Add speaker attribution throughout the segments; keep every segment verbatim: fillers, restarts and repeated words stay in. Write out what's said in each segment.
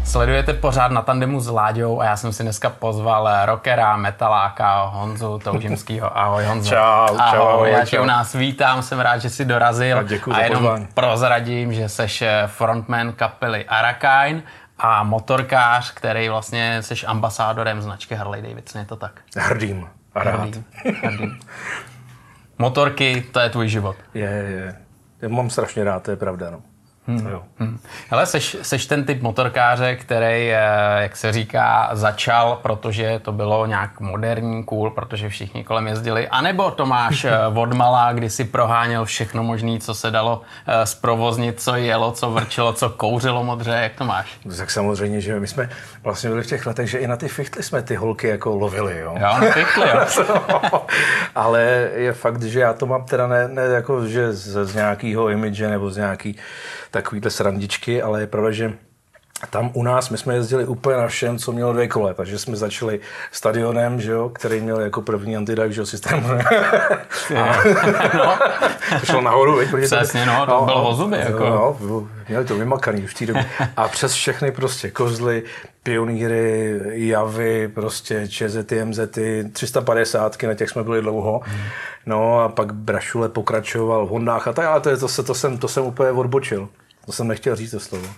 Speaker 1: Sledujete pořád Na tandemu s Láďou a já jsem si dneska pozval rockera, metaláka Honzu Toužimskýho. Ahoj Honzo.
Speaker 2: Čau,
Speaker 1: ahoj,
Speaker 2: čau. Ahoj,
Speaker 1: já
Speaker 2: čau.
Speaker 1: tě u nás vítám, jsem rád, že jsi dorazil.
Speaker 2: A děkuji
Speaker 1: a
Speaker 2: za
Speaker 1: jenom
Speaker 2: pozvání.
Speaker 1: prozradím, že seš frontman kapely Arakain a motorkář, který vlastně seš ambasadorem značky Harley Davidson, je to tak?
Speaker 2: Hrdým a rád.
Speaker 1: Hrdý, hrdý. Motorky, to je tvůj život.
Speaker 2: Je, je. Já mám strašně rád, to je pravda, no.
Speaker 1: Hmm.
Speaker 2: Jo.
Speaker 1: Hmm. Hele, seš, seš ten typ motorkáře, který, jak se říká, začal, protože to bylo nějak moderní, cool, protože všichni kolem jezdili, anebo to máš odmala, kdy si proháněl všechno možné, co se dalo zprovoznit, co jelo, co vrčilo, co kouřilo modře, jak to máš?
Speaker 2: Tak samozřejmě, že my jsme vlastně byli v těch letech, že i na ty fichtly jsme ty holky jako lovili, jo.
Speaker 1: Jo, na fichtly, jo.
Speaker 2: Ale je fakt, že já to mám teda ne, ne jako, že z, z nějakého image nebo z nějaký takovýhle srandičky, ale je pravda, že tam u nás my jsme jezdili úplně na všem, co mělo dvě kola, takže jsme začali stadionem, že jo, který měl jako první antidive systém. A
Speaker 1: no.
Speaker 2: to šlo nahoru, veď?
Speaker 1: Přesně, no, to
Speaker 2: no,
Speaker 1: bylo o zuby. Jako.
Speaker 2: No, měli to vymakaný už v té době. A přes všechny prostě kozly, pionýry, javy, prostě ČZty, MZty, tři sta padesátky, na těch jsme byli dlouho. No a pak Brašule pokračoval v Hondách a tak, ale to, je, to, se, to, jsem, to jsem úplně odbočil. To jsem nechtěl říct to slovo.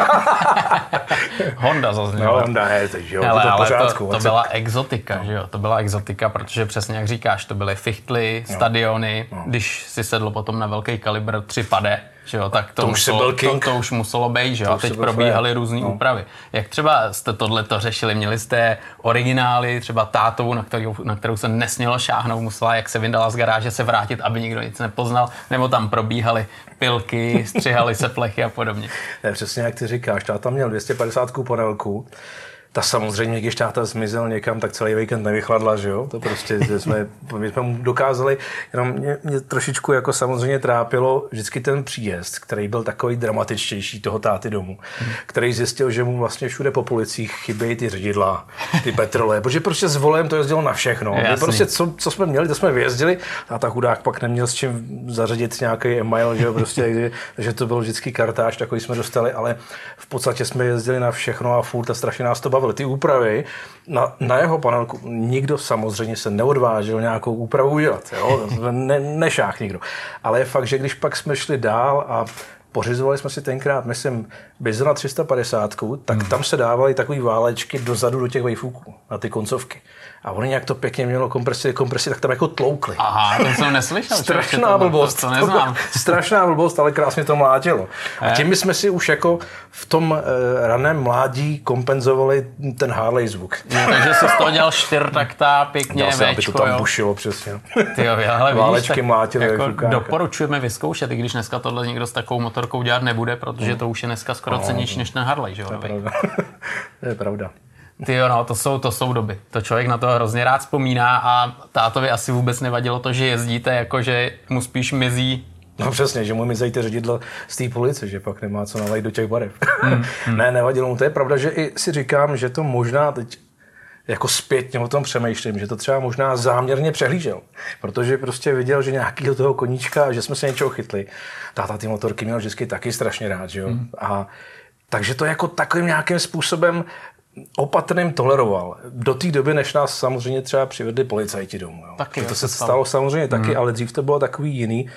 Speaker 1: Honda zazněla.
Speaker 2: No, Honda, je, teď, jo,
Speaker 1: hele,
Speaker 2: to,
Speaker 1: ale
Speaker 2: pořádku,
Speaker 1: to, to byla exotika, no. Že jo? To byla exotika, protože přesně jak říkáš, to byly fichtly, no. Stadiony, no. Když si sedl potom na velký kalibr tři pade, že jo, tak to,
Speaker 2: to,
Speaker 1: muselo,
Speaker 2: už to,
Speaker 1: to už muselo být, že jo, a teď probíhaly různý no. úpravy. Jak třeba jste tohleto řešili? Měli jste originály, třeba tátovu, na kterou, na kterou se nesmělo šáhnout, musela, jak se vyndala z garáže, se vrátit, aby nikdo nic nepoznal, nebo tam probíhaly pilky, střihaly se plechy a podobně.
Speaker 2: Ne, přesně jak ty říkáš, táta měl dvě stě padesát panelku. Ta samozřejmě, když táta zmizel někam, tak celý víkend nevychladla, že jo? To prostě jsme, my jsme mu dokázali, jenom mě, mě trošičku jako samozřejmě trápilo vždycky ten příjezd, který byl takový dramatičtější toho táty domů, hmm. který zjistil, že mu vlastně všude po policích chybějí ty řididla, ty petrole, protože prostě s volem to jezdilo na všechno. Prostě co, co jsme měli, to jsme vyjezdili, a ta chudák pak neměl s čím zařadit nějaký email, že jo? Prostě, takže to bylo vždycky kartáž, takový jsme dostali, ale v podstatě jsme jezdili na všechno a furt a strašně nás to bavilo. Ty úpravy na, na jeho panelku nikdo samozřejmě se neodvážil nějakou úpravu udělat. Jo? Ne, nešách nikdo. Ale je fakt, že když pak jsme šli dál a pořizovali jsme si tenkrát, myslím, Bizona tři sta padesát, tak hmm. tam se dávaly takový válečky dozadu do těch vejfůků, na ty koncovky. A oni nějak to pěkně mělo kompresi, kompresi, tak tam jako tloukli.
Speaker 1: Aha, to jsem neslyšel.
Speaker 2: Strašná blbost.
Speaker 1: To, to neznám.
Speaker 2: Strašná blbost, ale krásně to mlátilo. A tím jsme si už jako v tom uh, raném mládí kompenzovali ten Harley zvuk.
Speaker 1: No, takže jsi z toho dělal čtyřtakta, pěkně
Speaker 2: Dělal se, aby
Speaker 1: véčko,
Speaker 2: to tam
Speaker 1: jo.
Speaker 2: bušilo přesně.
Speaker 1: Ty jo, ale
Speaker 2: válečky
Speaker 1: vidíš,
Speaker 2: mlátily
Speaker 1: jako doporučujeme vyzkoušet, i když dneska tohle nikdo s takovou motorkou dělat nebude, protože to už je dneska skoro no, cenější no. než ten Harley, že jo?
Speaker 2: To je pravda. To je pravda.
Speaker 1: Ty jo, no, to jsou, to jsou doby. To člověk na to hrozně rád vzpomíná a tátovi asi vůbec nevadilo to, že jezdíte, jako že mu spíš mizí.
Speaker 2: No přesně, že mu mizejí ty řididla z té police, že pak nemá co nalejt do těch barev. Hmm, hmm. Ne, nevadilo mu. To je pravda, že i si říkám, že to možná teď jako zpětně o tom přemýšlím, že to třeba možná záměrně přehlížel, protože prostě viděl, že nějakýho toho koníčka a že jsme se něčeho chytli. Táta ty motorky měl vždycky taky strašně rád, že jo. Hmm. A takže to jako takovým nějakým způsobem opatrným toleroval. Do té doby, než nás samozřejmě třeba přivedli policajti domů. Jo. Taky, to se stalo, stalo samozřejmě taky, hmm. ale dřív to bylo takový jiný.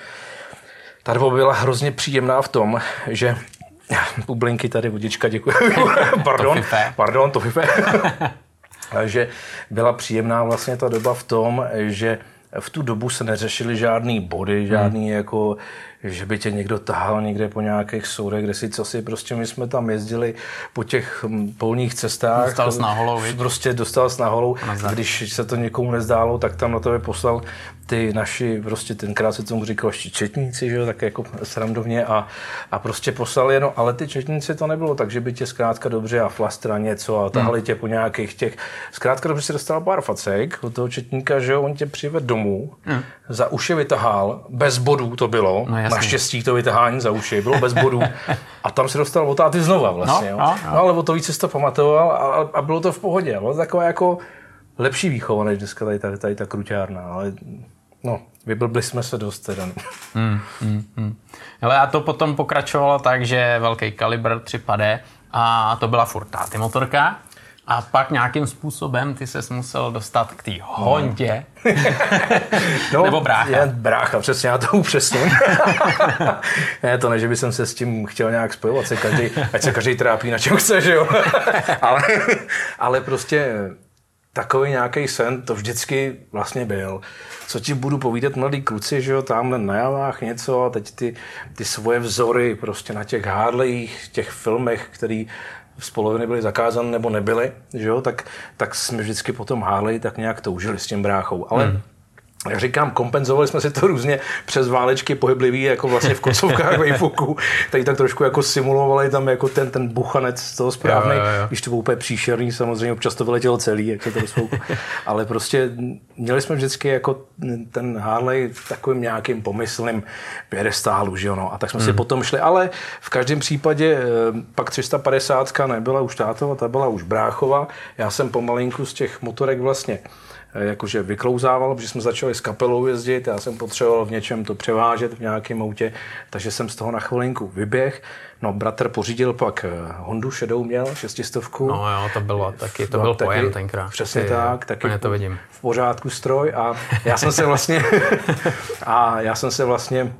Speaker 2: Ta doba byla hrozně příjemná v tom, že bublinky tady, vodička, děkuji. pardon,
Speaker 1: to
Speaker 2: pardon, to fife. že byla příjemná vlastně ta doba v tom, že v tu dobu se neřešily žádný body, žádný hmm. jako, že by tě někdo tahal někde po nějakých soudech, kde si co si, prostě my jsme tam jezdili po těch polních cestách.
Speaker 1: Dostal s náholou,
Speaker 2: Prostě dostal s náholou. Když se to někomu nezdálo, tak tam na tebe poslal ty naši, prostě tenkrát se tomu říkalo četníci, že jo, tak jako srandovně a, a prostě poslali jenom, ale ty četníci to nebylo, takže by tě zkrátka dobře a flastra něco a tahali hmm. tě po nějakých těch, zkrátka dobře si dostal pár facek od toho četníka, že jo, on tě přived domů, hmm. za uši vytahal, bez bodů to bylo, no, naštěstí to vytahání za uši, bylo bez bodů a tam se dostal od táty znova vlastně, no, jo. No, no. no ale o to víc si to pamatoval a, a bylo to v pohodě, bylo to taková jako lepší výchova, než dneska tady, tady, tady ta kruťárna, ale no, vyblbli jsme se dost teda.
Speaker 1: Hmm, hmm, hmm. Hele, a to potom pokračovalo tak, že velký kalibr tři pade a to byla furt táty motorka. A pak nějakým způsobem ty ses musel dostat k té Hondě.
Speaker 2: No,
Speaker 1: nebo brácha.
Speaker 2: Je brácha, přesně, já to upřesním. Ne, to ne, že bych se s tím chtěl nějak spojovat, se každý, ať se každý trápí na čem chce, že jo. ale, ale prostě takový nějaký sen to vždycky vlastně byl. Co ti budu povídat, mladí kluci, že jo, tamhle na javách něco a teď ty, ty svoje vzory prostě na těch Harleyích, těch filmech, který z poloviny byly zakázané nebo nebyly, že jo, tak, tak jsme vždycky potom Harley tak nějak toužili s tím bráchou. Ale hmm. jak říkám, kompenzovali jsme si to různě přes válečky pohyblivý, jako vlastně v koncovkách Wayfuku, tady tak trošku jako simulovali tam jako ten, ten buchanec toho správnej, jo, jo, jo. Když to bylo úplně příšerný, samozřejmě občas to vyletělo celý, jak se to rozfouku. Ale prostě měli jsme vždycky jako ten Harley v takovým nějakým pomyslným piedestálu, že jo, no. A tak jsme hmm. si potom šli, ale v každém případě pak tři sta padesát nebyla už tátova, ta byla už bráchova. Já jsem pomalinku z těch motorek vlastně jakože vyklouzával, protože jsme začali s kapelou jezdit, já jsem potřeboval v něčem to převážet v nějakém autě, takže jsem z toho na chvilinku vyběh. No, bratr pořídil pak Hondu šedou měl, šestistovku.
Speaker 1: No jo, to bylo taky, to no, byl taky, pojem tenkrát.
Speaker 2: Přesně Ty, tak, taky
Speaker 1: to vidím.
Speaker 2: V pořádku stroj a já jsem se vlastně a já jsem se vlastně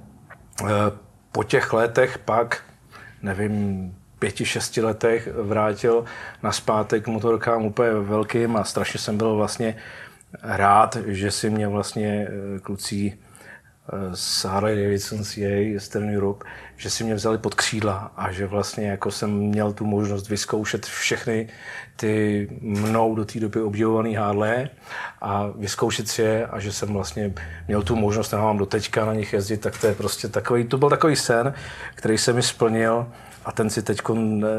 Speaker 2: po těch letech pak, nevím, pěti, šesti letech vrátil nazpátek k motorkám úplně velkým a strašně jsem byl vlastně rád, že si mě vlastně kluci z Harley Davidson C A Eastern Europe, že si mě vzali pod křídla a že vlastně jako jsem měl tu možnost vyzkoušet všechny ty mnou do té doby obdivované Harley a vyzkoušet si je a že jsem vlastně měl tu možnost, nemám do teďka na nich jezdit, tak to je prostě takový, to byl takový sen, který se mi splnil a ten si teď,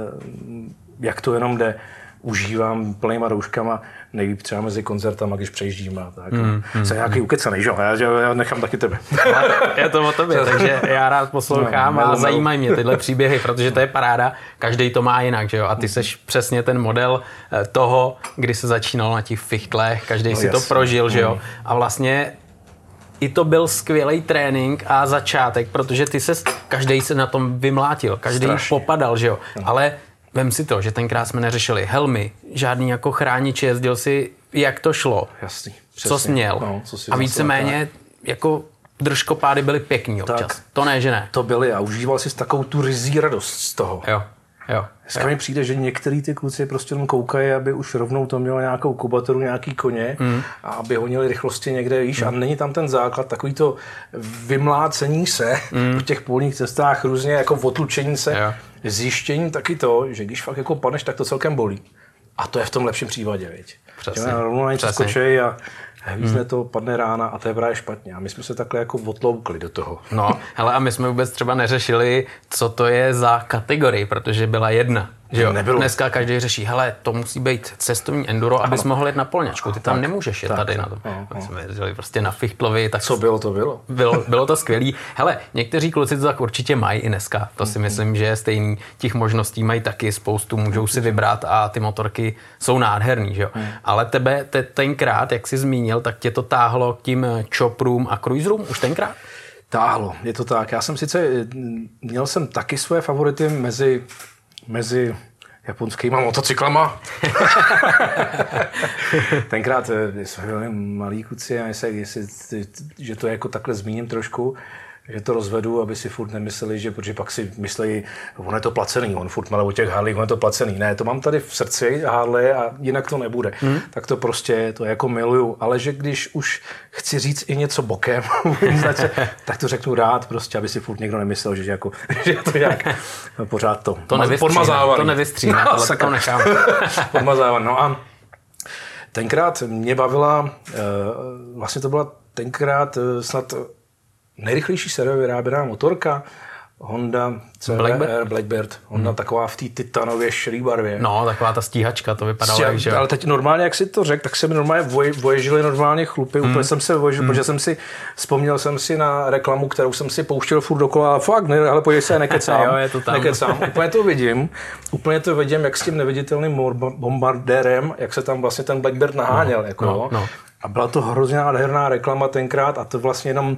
Speaker 2: jak to jenom jde, užívám plnýma rouškama, nejlíp třeba mezi koncertama, když přejíždíme. Tak. Mm, mm, jsem nějaký mm. ukecanej, že jo? Já, já nechám taky tebe.
Speaker 1: Je to o tobě, takže já rád poslouchám no, a zajímají mě tyhle příběhy, protože to je paráda, každý to má jinak, že jo? A ty seš přesně ten model toho, kdy se začínal na těch fichtlech, každý no, si jasný. to prožil, že jo? A vlastně i to byl skvělý trénink a začátek, protože ty ses, každý se na tom vymlátil, každý Strašně. popadal, že jo? No. Ale vem si to, že tenkrát jsme neřešili helmy, žádný jako chrániče, jezdil si, jak to šlo,
Speaker 2: Jasný,
Speaker 1: co jsi měl. No, co jsi a víceméně jako držkopády byly pěkný občas. Tak, to ne, že ne.
Speaker 2: To byly a užíval jsi takovou tu rizí radost z toho.
Speaker 1: Jo, jo.
Speaker 2: Dneska mi přijde, že některý ty kluci prostě jenom koukají, aby už rovnou to mělo nějakou kubatoru, nějaký koně mm. a aby honili rychlosti někde, víš, mm. a není tam ten základ, takový to vymlácení se mm. po těch polních cestách, různě jako otlučení se, jo. Zjištění taky to, že když fakt jako padneš, tak to celkem bolí. A to je v tom lepším případě, viď.
Speaker 1: Přesně.
Speaker 2: Rovnou na něco skočej a hvízne hmm. to, padne rána a to je právě špatně. A my jsme se takhle jako otloukli do toho.
Speaker 1: No, hele, a my jsme vůbec třeba neřešili, co to je za kategorii, protože byla jedna. Že jo?
Speaker 2: Nebylo.
Speaker 1: Dneska každý řeší, hele, to musí být cestovní enduro, abys mohl jet na polňačku. Ty tam tak, nemůžeš jet tak, tady na to. No, no. Jsme jezdili prostě na Fichtlovi. Tak
Speaker 2: co bylo, to bylo.
Speaker 1: Bylo, bylo to skvělý. Hele, někteří kluci to tak určitě mají i dneska. To si myslím, že je stejný. Těch možností mají taky spoustu, můžou si vybrat a ty motorky jsou nádherný, že jo. Hmm. Ale tebe te, tenkrát, jak jsi zmínil, tak tě to táhlo k tím choprům a cruiserům už tenkrát?
Speaker 2: Táhlo, je to tak. Já jsem sice, měl jsem taky své favority mezi, mezi japonskýma motocyklama. Tenkrát jsme byli malí kluci a jestli, jestli, že to jako takhle zmíním trošku, že to rozvedu, aby si furt nemysleli, že protože pak si myslí, on je to placený, on furt mele o těch Harley, on je to placený. Ne, to mám tady v srdci Harley a jinak to nebude. Hmm. Tak to prostě, to jako miluju, ale že když už chci říct i něco bokem, tak to řeknu rád prostě, aby si furt někdo nemyslel, že, jako, že to nějak pořád to,
Speaker 1: to podmazávaný. To nevystříhne, ale to nechám.
Speaker 2: Podmazávaný. No a tenkrát mě bavila, vlastně to byla tenkrát snad nejrychlejší seriově vyráběná motorka, Honda C V R Blackbird, Blackbird. Honda hmm. taková v té titanově šedý barvě.
Speaker 1: No, taková ta stíhačka, to vypadalo
Speaker 2: Stíha,
Speaker 1: jak, že?
Speaker 2: Ale teď normálně, jak si to řekl, tak se mi normálně voj, voježili normálně chlupy, hmm. úplně jsem se voježil, hmm. protože jsem si, vzpomněl jsem si na reklamu, kterou jsem si pouštěl furt dokola, a fakt, ne, ale podívej se, nekecám,
Speaker 1: jo, je to tam.
Speaker 2: nekecám, úplně to vidím, úplně to vidím, jak s tím neviditelným bombardérem, jak se tam vlastně ten Blackbird naháněl, no, jako,
Speaker 1: no, no.
Speaker 2: A byla to hrozně nádherná reklama tenkrát a to vlastně jenom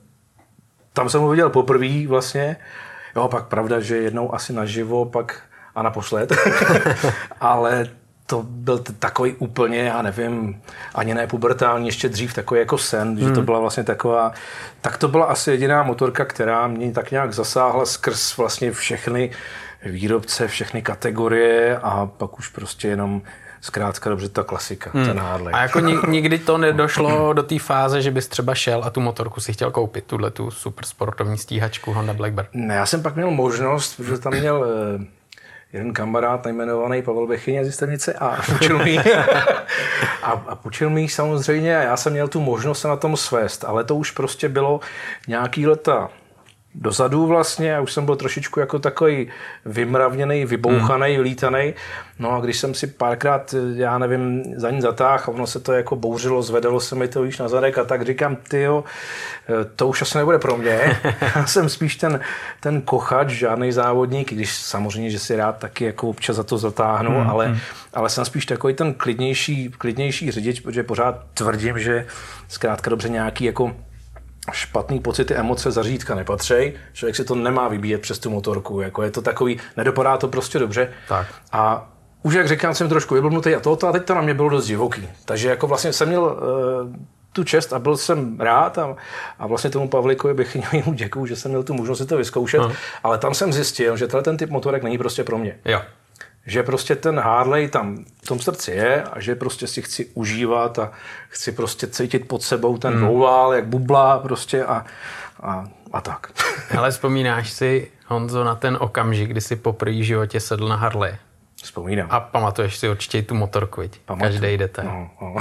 Speaker 2: tam jsem ho viděl poprvé vlastně. Jo, pak pravda, že jednou asi naživo, pak a naposled. Ale to byl t- takový úplně, já nevím, ani ne pubertální, ještě dřív takový jako sen, hmm. že to byla vlastně taková, tak to byla asi jediná motorka, která mě tak nějak zasáhla skrz vlastně všechny výrobce, všechny kategorie a pak už prostě jenom zkrátka dobře ta klasika, hmm. ten Harley.
Speaker 1: A jako nikdy to nedošlo do té fáze, že bys třeba šel a tu motorku si chtěl koupit, tuhle tu super sportovní stíhačku Honda Blackbird?
Speaker 2: Ne, já jsem pak měl možnost, protože tam měl jeden kamarád nejmenovaný Pavel Bechyně z Stanice a půjčil mi a, a půjčil mi samozřejmě a já jsem měl tu možnost se na tom svést, ale to už prostě bylo nějaký leta dozadu vlastně, já už jsem byl trošičku jako takový vymravněný, vybouchaný, hmm. vylítaný. No a když jsem si párkrát, já nevím, za ní zatáhl a ono se to jako bouřilo, zvedalo se mi to víš na zadek a tak říkám, tyjo, to už asi nebude pro mě. Já jsem spíš ten, ten kochač, žádný závodník, i když samozřejmě, že si rád taky jako občas za to zatáhnu, hmm. ale, ale jsem spíš takový ten klidnější, klidnější řidič, protože pořád tvrdím, že zkrátka dobře nějaký jako špatný pocity, emoce zařídka nepatří. Člověk si to nemá vybíjet přes tu motorku. Jako je to takový, nedopadá to prostě dobře.
Speaker 1: Tak.
Speaker 2: A už jak říkám, jsem trošku vyblbnutý a tohoto a teď to na mě bylo dost divoký. Takže jako vlastně jsem měl uh, tu čest a byl jsem rád a, a vlastně tomu Pavlikovi Bechyňovi mu děkuju, že jsem měl tu možnost si to vyzkoušet, uh-huh. ale tam jsem zjistil, že tenhle ten typ motorek není prostě pro mě.
Speaker 1: Jo.
Speaker 2: Že prostě ten Harley tam v tom srdci je a že prostě si chci užívat a chci prostě cítit pod sebou ten mm. ouvál, jak bublá prostě a, a, a tak.
Speaker 1: Ale vzpomínáš si, Honzo, na ten okamžik, kdy jsi poprvé v životě sedl na Harley?
Speaker 2: Vzpomínám.
Speaker 1: A pamatuješ si určitě tu motorku, viď? Každý detail.
Speaker 2: No, no.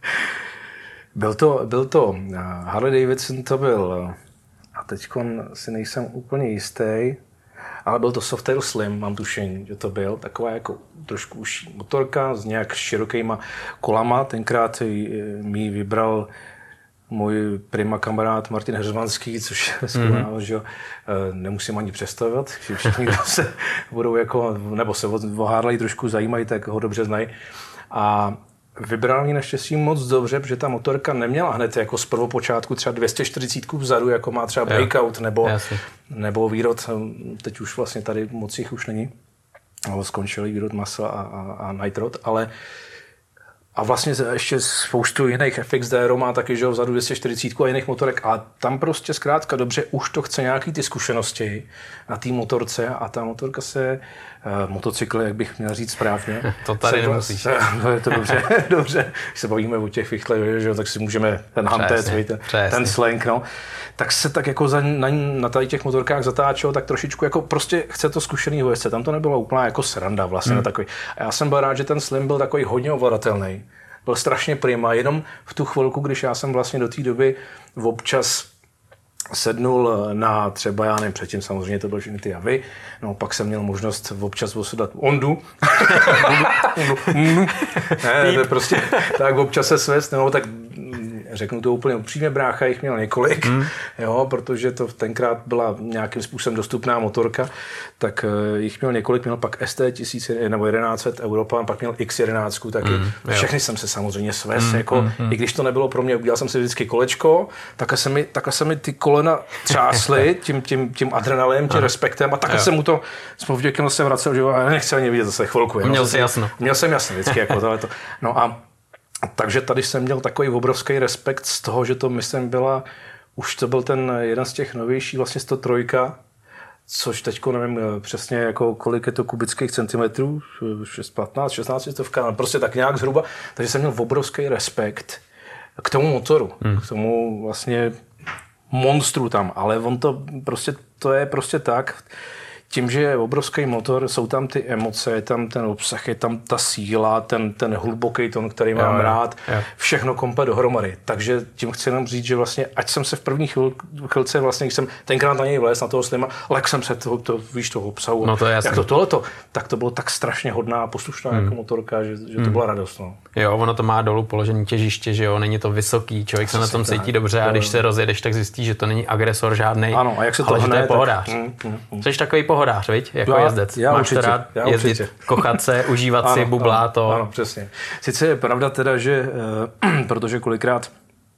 Speaker 2: Byl to, byl to Harley Davidson, to byl, a teďkon si nejsem úplně jistý, ale byl to Softail Slim, mám tušení, že to byl. Taková jako trošku užší motorka s nějak širokýma kolama. Tenkrát mi vybral můj prima kamarád Martin Heřmanský, což je skvělé, mm. že nemusím ani představovat, že všichni, kdo se budou jako, nebo se o Harley trošku zajímají, tak ho dobře znají. A vybral mě naštěstí moc dobře, protože ta motorka neměla hned jako z prvopočátku třeba dvě stě čtyřicet vzadu, jako má třeba Breakout nebo, nebo výrod, teď už vlastně tady moc jich už není, ale skončili výrod Muscle a, a, a Nitrod, ale a vlastně ještě spoustu jiných F X D má taky, že vzadu dvě stě čtyřicet a jiných motorek a tam prostě zkrátka dobře už to chce nějaký ty zkušenosti na té motorce a ta motorka se, uh, motocykl, jak bych měl říct správně.
Speaker 1: To tady se, nemusíš.
Speaker 2: Se, no je to dobře, dobře. Když se bavíme o těch fichlech, že tak si můžeme ten hantec, ten, ten slang, no. Tak se tak jako za, na, na tady těch motorkách zatáčelo tak trošičku jako prostě chce to zkušenýho jezdce. Tam to nebylo úplná jako sranda vlastně. Hmm. Takový. A já jsem byl rád, že ten Slim byl takový hodně ovladatelný. Byl strašně prima, jenom v tu chvilku, když já jsem vlastně do té doby občas sednul na třeba, já nevím, předtím samozřejmě to byl všechny ty javy, no pak jsem měl možnost občas osedat Ondu. ne, to prostě tak občas se svést, no tak řeknu to úplně upřímně, brácha jich měl několik, hmm. jo, protože to tenkrát byla nějakým způsobem dostupná motorka, tak jich měl několik, měl pak S T tisíc nebo jedenáct set Europa, pak měl X jedenáct taky. Hmm. Všechny jsem se samozřejmě svést, hmm. jako, hmm. i když to nebylo pro mě, udělal jsem si vždycky kolečko, takhle se mi, takhle se mi ty kolena třásly tím, tím, tím adrenalinem, tím respektem a takhle jsem mu to s povděkem se vracel, že já nechci ani vidět zase chvilku.
Speaker 1: Měl no, jsi jasno.
Speaker 2: Měl jsem jasno vždycky, jako tohleto. No a takže tady jsem měl takový obrovský respekt z toho, že to myslím byla, už to byl ten jeden z těch novějších, vlastně sto tři, což teďko nevím přesně jako kolik je to kubických centimetrů, šest patnáct, šestnáct stovka, no prostě tak nějak zhruba, takže jsem měl obrovský respekt k tomu motoru, hmm. k tomu vlastně monstru tam, ale on to prostě, to je prostě tak, tím, že je obrovský motor, jsou tam ty emoce, je tam ten obsah, je tam ta síla, ten, ten hluboký tón, který mám jo, rád, jo. Všechno komplet dohromady. Takže tím chci jenom říct, že vlastně, ať jsem se v první chvil, chvilce, vlastně, když jsem tenkrát na něj vlez, na toho Slima, lek jsem se toho, to, víš, toho obsahu,
Speaker 1: no to je
Speaker 2: jak to tohleto, tak to bylo tak strašně hodná a poslušná hmm. jako motorka, že, že to hmm. byla radost. No.
Speaker 1: Jo, ono to má dolů položení těžiště, že jo, není to vysoký, člověk se na tom cítí dobře a když se rozjedeš, tak zjistí, že to není agresor žádnej,
Speaker 2: ano, a jak se to
Speaker 1: ale
Speaker 2: hne,
Speaker 1: že to je pohodář.
Speaker 2: Tak, mm, mm, mm.
Speaker 1: Jsi takový pohodář, viď? Jako
Speaker 2: já,
Speaker 1: jezdec.
Speaker 2: Já
Speaker 1: Máš
Speaker 2: určitě,
Speaker 1: to rád
Speaker 2: já
Speaker 1: jezdit,
Speaker 2: určitě.
Speaker 1: kochat se, užívat si, bublá to.
Speaker 2: Ano, přesně. Sice je pravda teda, že uh, protože kolikrát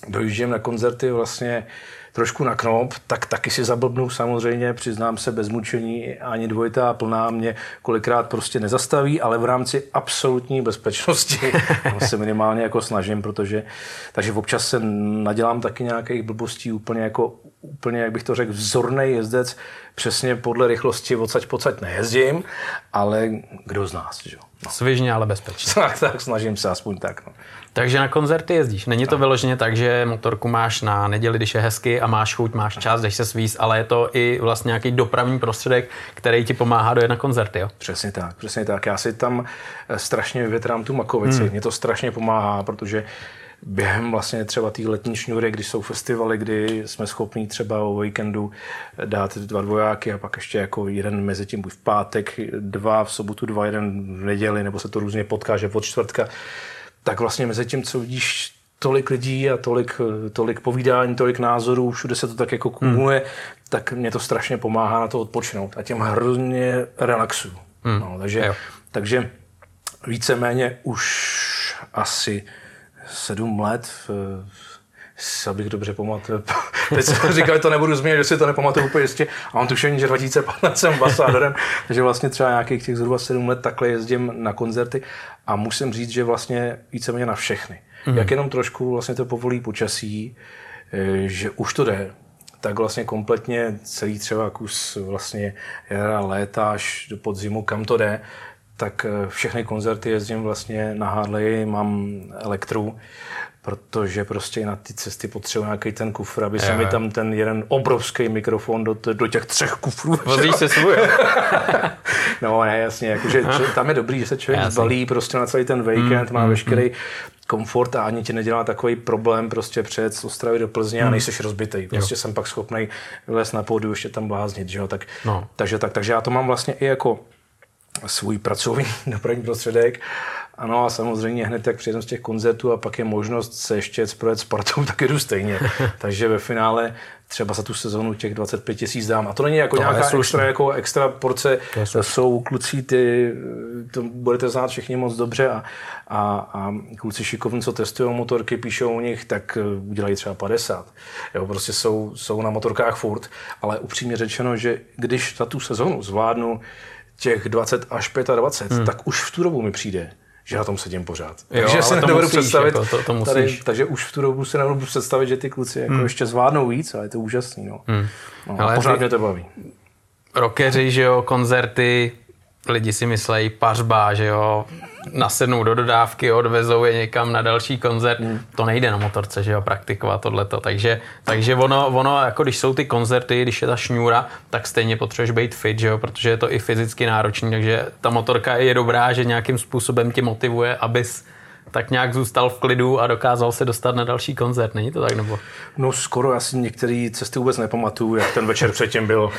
Speaker 2: dojíždím na koncerty vlastně trošku na knop, tak taky si zablbnu samozřejmě, přiznám se bez mučení, ani dvojitá plná mě kolikrát prostě nezastaví, ale v rámci absolutní bezpečnosti se minimálně jako snažím, protože takže občas se nadělám taky nějakých blbostí úplně jako, úplně, jak bych to řekl, vzornej jezdec, přesně podle rychlosti odsaď pocať nejezdím, ale kdo z nás, že jo.
Speaker 1: No. Svižně, ale bezpečně.
Speaker 2: Tak, tak, snažím se aspoň tak, no.
Speaker 1: Takže na koncerty jezdíš. Není to vyloženě tak, že motorku máš na neděli, když je hezky a máš chuť, máš čas, jdeš se svízt, ale je to i vlastně nějaký dopravní prostředek, který ti pomáhá dojet na koncerty, jo?
Speaker 2: Přesně tak, přesně tak. Já si tam strašně vyvětrám tu makovici. Hmm. Mě to strašně pomáhá, protože během vlastně třeba té letní šňůry, když jsou festivaly, kdy jsme schopni třeba o víkendu dát dva dvojáky a pak ještě jako jeden mezi tím buď v pátek, dva v sobotu, dva, jeden v neděli, nebo se to různě potká, že od čtvrtka, tak vlastně mezi tím, co vidíš tolik lidí a tolik, tolik povídání, tolik názorů, všude se to tak jako kumuluje, hmm. tak mě to strašně pomáhá na to odpočinout a tím hrozně relaxuju. Hmm. No, takže, takže víceméně už asi sedm let, abych dobře pamatoval. Teď jsem říkal, že to nebudu změnit, že si to nepamatuju úplně jistě. A mám tušení, že dva tisíce patnáct jsem ambasádorem, takže vlastně třeba nějakých těch zhruba sedm let takhle jezdím na koncerty a musím říct, že vlastně víceméně na všechny. Mm. Jak jenom trošku vlastně to povolí počasí, že už to jde, tak vlastně kompletně celý třeba kus vlastně jara, léta až do podzimu, kam to jde, tak všechny koncerty jezdím vlastně na Harley, mám elektru, protože prostě na ty cesty potřebuji nějaký ten kufr, aby se mi tam ten jeden obrovský mikrofon do, do těch třech kufrů.
Speaker 1: Vozíš se svůj.
Speaker 2: No ne, jasně, jakože tam je dobrý, že se člověk jasně zbalí prostě na celý ten víkend, mm, má mm, veškerý mm. komfort a ani ti nedělá takový problém prostě přijet z Ostravy do Plzně mm. a nejseš rozbitej. Prostě jo. jsem pak schopnej vylézt na pódiu, ještě tam bláznit, že jo, tak, no. takže, tak, takže já to mám vlastně i jako svůj pracovní dopravní prostředek. Ano a samozřejmě hned jak přijedem z těch koncertů a pak je možnost se ještě projet s partou, tak jdu stejně. Takže ve finále třeba za tu sezonu těch dvacet pět tisíc dám. A to není jako to nějaká extra, jako extra porce. To jsou kluci, ty, to budete znát všichni moc dobře a, a, a kluci šikovní, co testují motorky, píšou o nich, tak udělají třeba padesát. Jo, prostě jsou, jsou na motorkách furt, ale upřímně řečeno, že když za tu sezonu zvládnu těch dvacet až dvacet pět, hmm. tak už v tu dobu mi přijde, že na tom sedím pořád.
Speaker 1: Jo,
Speaker 2: takže si nedovedu představit,
Speaker 1: jako to, to
Speaker 2: tady, takže už v tu dobu si nedovedu představit, že ty kluci jako hmm. ještě zvládnou víc, ale je to úžasný. No. Hmm. No, a pořád mě to baví.
Speaker 1: Rockeři, že jo, koncerty, lidi si myslejí pařba, že jo, nasednou do dodávky, odvezou je někam na další koncert. Hmm. To nejde na motorce, že jo, praktikovat tohleto. Takže, takže ono, ono, jako když jsou ty koncerty, když je ta šňůra, tak stejně potřebuješ být fit, že jo, protože je to i fyzicky náročný, takže ta motorka je dobrá, že nějakým způsobem tě motivuje, abys tak nějak zůstal v klidu a dokázal se dostat na další koncert. Není to tak, nebo?
Speaker 2: No skoro, já si některé cesty vůbec nepamatuju, jak ten večer předtím byl.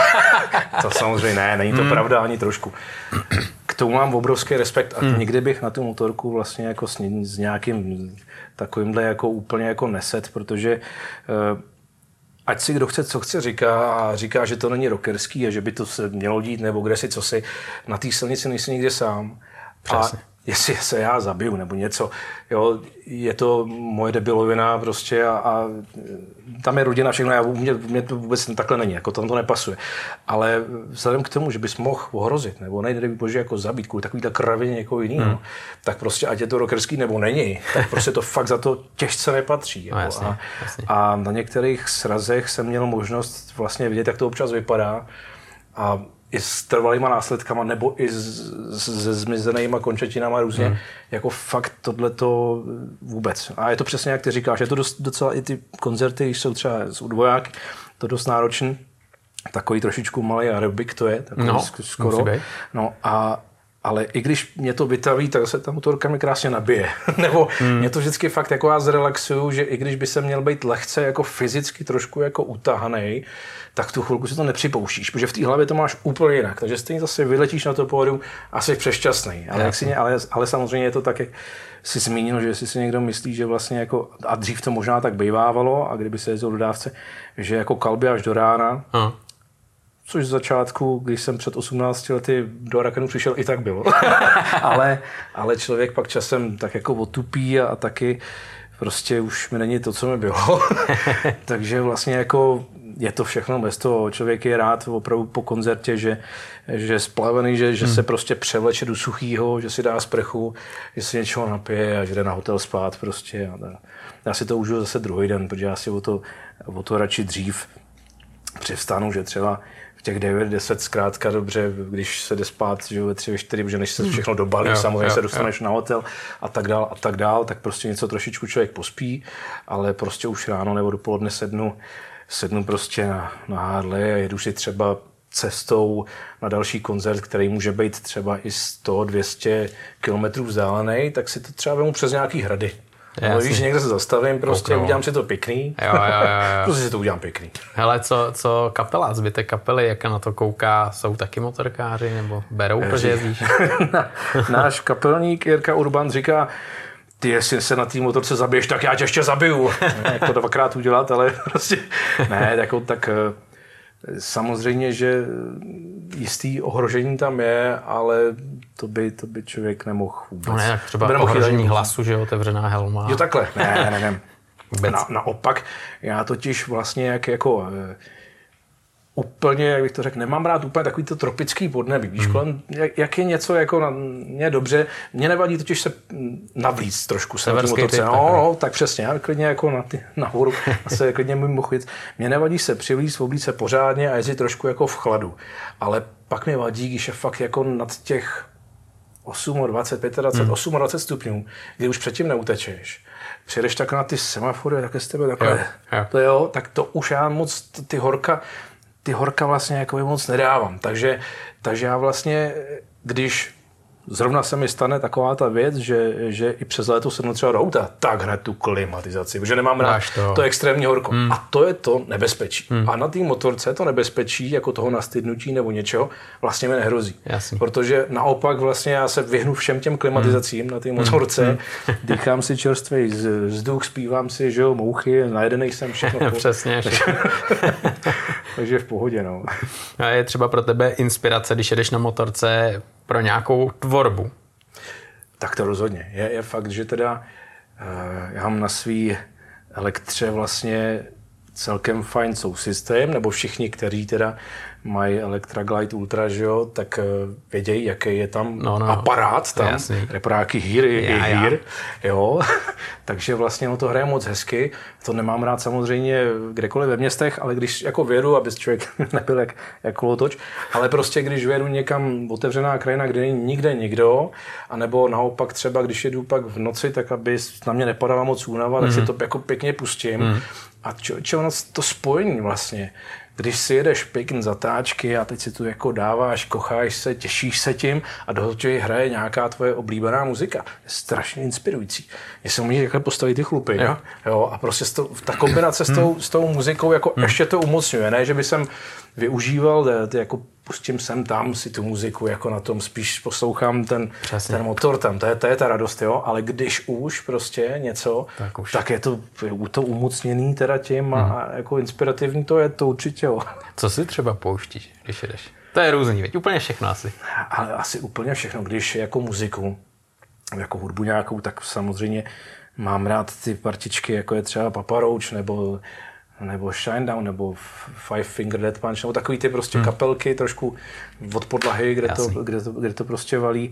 Speaker 2: To samozřejmě ne, není to hmm. pravda ani trošku. K tomu mám obrovský respekt a hmm. nikdy bych na tu motorku vlastně jako s, s nějakým takovýmhle jako úplně jako neset, protože uh, ať si kdo chce, co chce říká a říká, že to není rockerský a že by to se mělo dít nebo kde si co si, na té silnici nejsi nikdy sám. Přesně. A jestli se já zabiju nebo něco, jo, je to moje debilovina prostě a, a tam je rodina, všechno, já, mě, mě to vůbec takhle není, jako tam to nepasuje. Ale vzhledem k tomu, že bys mohl ohrozit, nebo nejde bože jako zabít kvůli takovýhle kravině někoho jiného, hmm. tak prostě ať je to rockerský nebo není, tak prostě to fakt za to těžce nepatří. Jako. No, jasně, a, jasně. a na některých srazech jsem měl možnost vlastně vidět, jak to občas vypadá a i s trvalýma následkama, nebo i se zmizenýma končetinama různě, hmm. jako fakt tohleto vůbec. A je to přesně, jak ty říkáš, je to dost, docela i ty koncerty, když jsou třeba z dvojáky, to dost náročný, takový trošičku malý aerobik to je, takový
Speaker 1: no,
Speaker 2: skoro. No a ale i když mě to vytaví, tak se ta motorka mi krásně nabije. Nebo hmm. mě to vždycky fakt jako já zrelaxuju, že i když by se měl být lehce jako fyzicky trošku jako utahanej, tak tu chvilku si to nepřipouštíš, protože v té hlavě to máš úplně jinak. Takže stejně zase vyletíš na to pódium a jsi přešťastný. Ale, jak si, ale, ale samozřejmě je to tak, jak jsi zmínil, že jestli si někdo myslí, že vlastně jako, a dřív to možná tak bývávalo, a kdyby se jezdil do dávce, že jako kalby až do rána, hmm. což z začátku, když jsem před osmnácti lety do Rakenu přišel, i tak bylo. ale, ale člověk pak časem tak jako otupí a, a taky prostě už mi není to, co mi bylo. Takže vlastně jako je to všechno bez toho. Člověk je rád opravdu po koncertě, že, že je splavený, že, že hmm. se prostě převleče do suchýho, že si dá sprchu, že si něčeho napije a že jde na hotel spát prostě. Já si to užiju zase druhý den, protože já si o to, o to radši dřív přivstanu, že třeba v těch devět deset zkrátka dobře, když se jde spát, že ve tři, ve čtyři, protože než se všechno dobalí, samozřejmě se dostaneš jo. na hotel a tak dál a tak dál, tak prostě něco trošičku člověk pospí, ale prostě už ráno nebo dopoledne sednu, sednu prostě na, na Harley a jedu si třeba cestou na další koncert, který může být třeba i sto dvě stě kilometrů vzdálený, tak si to třeba vemu přes nějaký hrady. No, víš, někde se zastavím, prostě Kouknou. udělám si to pěkný.
Speaker 1: Jo, jo, jo, jo.
Speaker 2: prostě si to udělám pěkný.
Speaker 1: Hele, co, co kapela, zbytek kapely, jak na to kouká, jsou taky motorkáři, nebo berou, protože jezdíš?
Speaker 2: Náš kapelník Jirka Urban říká, ty, jestli se na té motorce zabiješ, tak já tě ještě zabiju. Jak to dvakrát udělat, ale prostě ne, jako, tak samozřejmě, že jistý ohrožení tam je, ale to by, to by člověk nemohl vůbec.
Speaker 1: No ne, třeba ohrožení hlasu, že je otevřená helma.
Speaker 2: Jo, takhle. Ne, ne, ne. Na, naopak, já totiž vlastně jak jako úplně, jak bych to řekl, nemám rád úplně takový to tropický podnebí. Víš, hmm. kolem, jak, jak je něco jako na mě dobře, mě nevadí totiž se navlíct trošku se na té motorce. No, no, tak přesně, já klidně jako na ty, nahoru, se klidně mimo chodit. Mě nevadí se přivlíct, oblíct se pořádně a jezdit trošku jako v chladu. Ale pak mi vadí, když je fakt jako nad těch dvacet osm, dvacet pět, dvacet, hmm. dvacet stupňů, kdy už předtím neutečeš. Přijedeš tak na ty semafory, takhle z tebe takhle, jo, jo. To jo, tak to už já moc ty horka ty horka vlastně jako moc nedávám. Takže, takže já vlastně, když zrovna se mi stane taková ta věc, že, že i přes léto sednu třeba do auta, tak hned tu klimatizaci, protože nemám rád to. to extrémní horko. Hmm. A to je to nebezpečí. Hmm. A na té motorce to nebezpečí, jako toho nastydnutí nebo něčeho, vlastně mi nehrozí. Jasný. Protože naopak vlastně já se vyhnu všem těm klimatizacím hmm. na té motorce, hmm. dýchám si čerstvý vzduch, zpívám si, že jo, mouchy, najedenej jsem všechno.
Speaker 1: Přesně.
Speaker 2: Takže v pohodě, no.
Speaker 1: A je třeba pro tebe inspirace, když jedeš na motorce pro nějakou tvorbu?
Speaker 2: Tak to rozhodně. Je, je fakt, že teda uh, já mám na svý elektře vlastně celkem fajn sousystém, nebo všichni, kteří teda mají Electra Glide Ultra, že jo, tak uh, vědějí, jaký je tam no, no, aparát, tam reparáky hýr i hýr, jo. Takže vlastně ono to hraje moc hezky. To nemám rád samozřejmě kdekoliv ve městech, ale když jako vědu, aby člověk nebyl jak, jak kolotoč, ale prostě když vědu někam otevřená krajina, kde není nikde nikdo, anebo naopak třeba, když jedu pak v noci, tak aby na mě nepadala moc únava, mm-hmm. tak si to jako pěkně pustím. Mm-hmm. A čo, ono to spojení vlastně, když si jedeš pěkný zatáčky a teď si tu jako dáváš, kocháš se, těšíš se tím a do toho hraje nějaká tvoje oblíbená muzika. Je strašně inspirující. Mně se umí takhle postavit ty chlupy. Jo. Jo, a prostě to, ta kombinace s tou, s tou muzikou jako hmm. ještě to umocňuje. Ne, že by jsem využíval, jako pustím sem tam si tu muziku, jako na tom spíš poslouchám ten, ten motor tam, to je, to je ta radost, jo, ale když už prostě něco, tak, už. tak je to, je to umocněný teda tím a, hmm. a jako inspirativní to je to určitě, jo.
Speaker 1: Co si třeba pouštíš, když jedeš? To je různý, veď úplně všechno asi.
Speaker 2: Ale asi úplně všechno, když jako muziku, jako hudbu nějakou, tak samozřejmě mám rád ty partičky, jako je třeba Papa Roach, nebo nebo Shinedown, nebo Five Finger Death Punch, nebo takový ty prostě hmm. kapelky trošku od podlahy, kde to, kde, to, kde to prostě valí.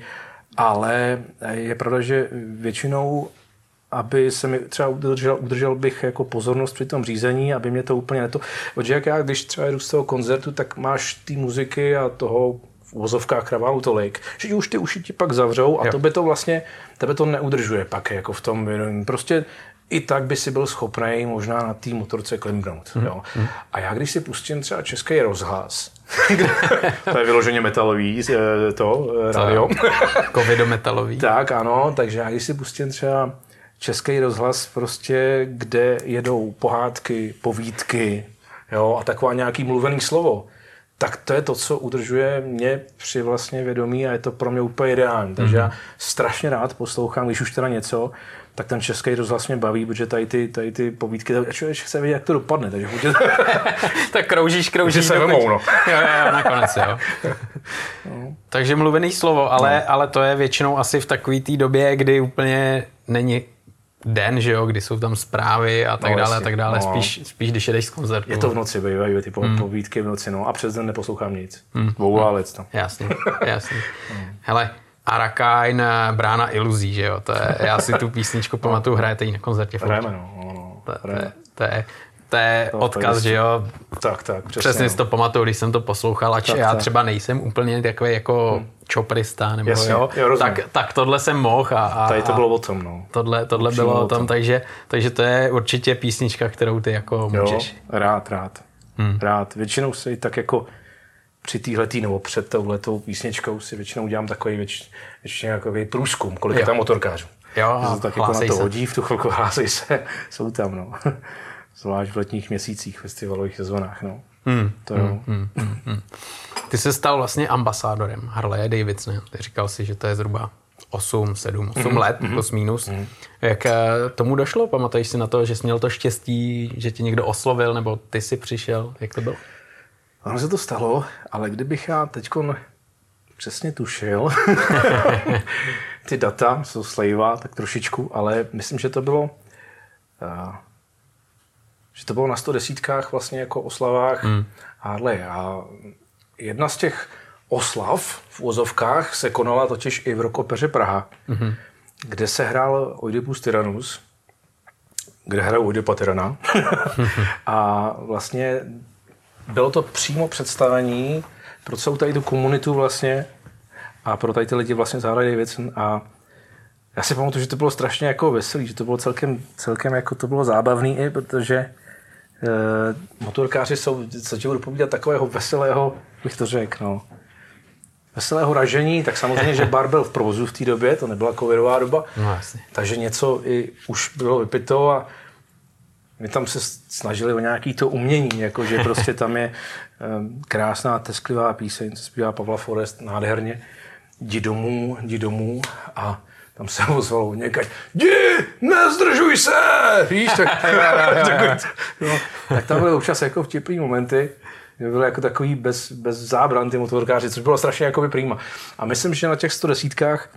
Speaker 2: Ale je pravda, že většinou, aby se mi třeba udržel, udržel bych jako pozornost při tom řízení, aby mě to úplně neto... Protože jak já, když třeba jdu z toho koncertu, tak máš ty muziky a toho v uvozovkách kraválu tolik, že už ty uši ti pak zavřou a to by to vlastně, tebe to neudržuje pak jako v tom vědomí. Prostě i tak by si byl schopný možná na té motorce klimknout. Mm. Jo. Mm. A já když si pustím třeba Český rozhlas, to je vyloženě metalový to rádio.
Speaker 1: Covidometalový.
Speaker 2: Tak ano, takže já když si pustím třeba Český rozhlas, prostě, kde jedou pohádky, povídky, jo, a taková nějaký mluvený slovo, tak to je to, co udržuje mě při vlastně vědomí a je to pro mě úplně ideální. Takže mm. já strašně rád poslouchám, když už teda něco, tak ten Český rozhlas mě baví, protože tady ty, tady ty povídky, člověk chce vědět, jak to dopadne. Takže může...
Speaker 1: tak kroužíš, kroužíš.
Speaker 2: se vemou, no.
Speaker 1: jo, jo, nakonec, jo. no. Takže mluvený slovo, ale, no. ale to je většinou asi v takové té době, kdy úplně není den, že jo, kdy jsou tam zprávy a tak
Speaker 2: no,
Speaker 1: dále a tak dále,
Speaker 2: no.
Speaker 1: spíš, spíš když jedeš z koncertu.
Speaker 2: Je to v noci, bývají ty hmm. povídky v noci, no a přes den neposlouchám nic.
Speaker 1: Hmm.
Speaker 2: Dvouválec tam.
Speaker 1: Jasně, jasně. Hele, Arakain, Brána iluzí, že jo, to je, já si tu písničku pamatuju, hrajete ji na koncertě.
Speaker 2: Hrajeme, no, no, no.
Speaker 1: To, to, je, to je, to je to odkaz, že jo.
Speaker 2: Tak, tak, přesně.
Speaker 1: Přesně si to pamatuju, když jsem to poslouchal, ač tak, já tak. třeba nejsem úplně takový jako hmm. čoprista, nebo
Speaker 2: jasně,
Speaker 1: jo,
Speaker 2: jo
Speaker 1: tak, tak tohle jsem mohl. A, a,
Speaker 2: tady to bylo o tom, no.
Speaker 1: Tohle, tohle bylo o tom, takže, takže to je určitě písnička, kterou ty jako můžeš.
Speaker 2: Jo, rád, rád. Hmm. Rád. Většinou si tak jako při téhletý nebo před touhletou písničkou si většinou dělám takový věč, většině takový průzkum, kolik jo. je tam motorkářů.
Speaker 1: Jo, a
Speaker 2: tak jako na to hodí, v tu chvilku hlásej se, jsou tam, no. Zvlášť v letních měsících, festivalových sezónách, no.
Speaker 1: Hmm.
Speaker 2: To jo.
Speaker 1: Hmm, hmm, hmm. Ty se stal vlastně ambasádorem Harley Davidson. Ty říkal si, že to je zhruba osm, sedm, osm mm-hmm. let, plus minus. Mm-hmm. Jak tomu došlo? Pamatuješ si na to, že jsi měl to štěstí, že tě někdo oslovil, nebo ty si přišel? Jak to bylo?
Speaker 2: Ono se to stalo, ale kdybych já teďkon přesně tušil ty data, jsou slejvá, tak trošičku, ale myslím, že to bylo uh, že to bylo na sto desítkách vlastně jako oslavách mm. Harley. A jedna z těch oslav v uvozovkách se konala totiž i v Rockopeře Praha, mm-hmm. kde se hrál Oidipus Tyrannus, kde hrál Oidipa Tyrana. A vlastně bylo to přímo představení pro celou tady tu komunitu vlastně a pro tady ty lidi vlastně z Harley Davidson. A já si pamatuju, že to bylo strašně jako veselý, že to bylo celkem, celkem jako to bylo zábavný i, protože e, motorkáři jsou, co ti budu povídat, takového veselého, bych to řekl, no, veselého ražení, tak samozřejmě, že bar byl v provozu v té době, to nebyla covidová doba,
Speaker 1: no, jasně.
Speaker 2: Takže něco i už bylo vypito a my tam se snažili o nějaký to umění, jakože prostě tam je krásná, tesklivá píseň, co zpívá Pavla Forest nádherně, jdi domů, jdi domů a tam se ozvalo někať, jdi, nezdržuj se, víš, tak, tak, no, tak tam byly občas jako vtipný momenty, byly jako takový bez, bez zábran ty motorkáři, což bylo strašně jako prýma. A myslím, že na těch sto desítkách,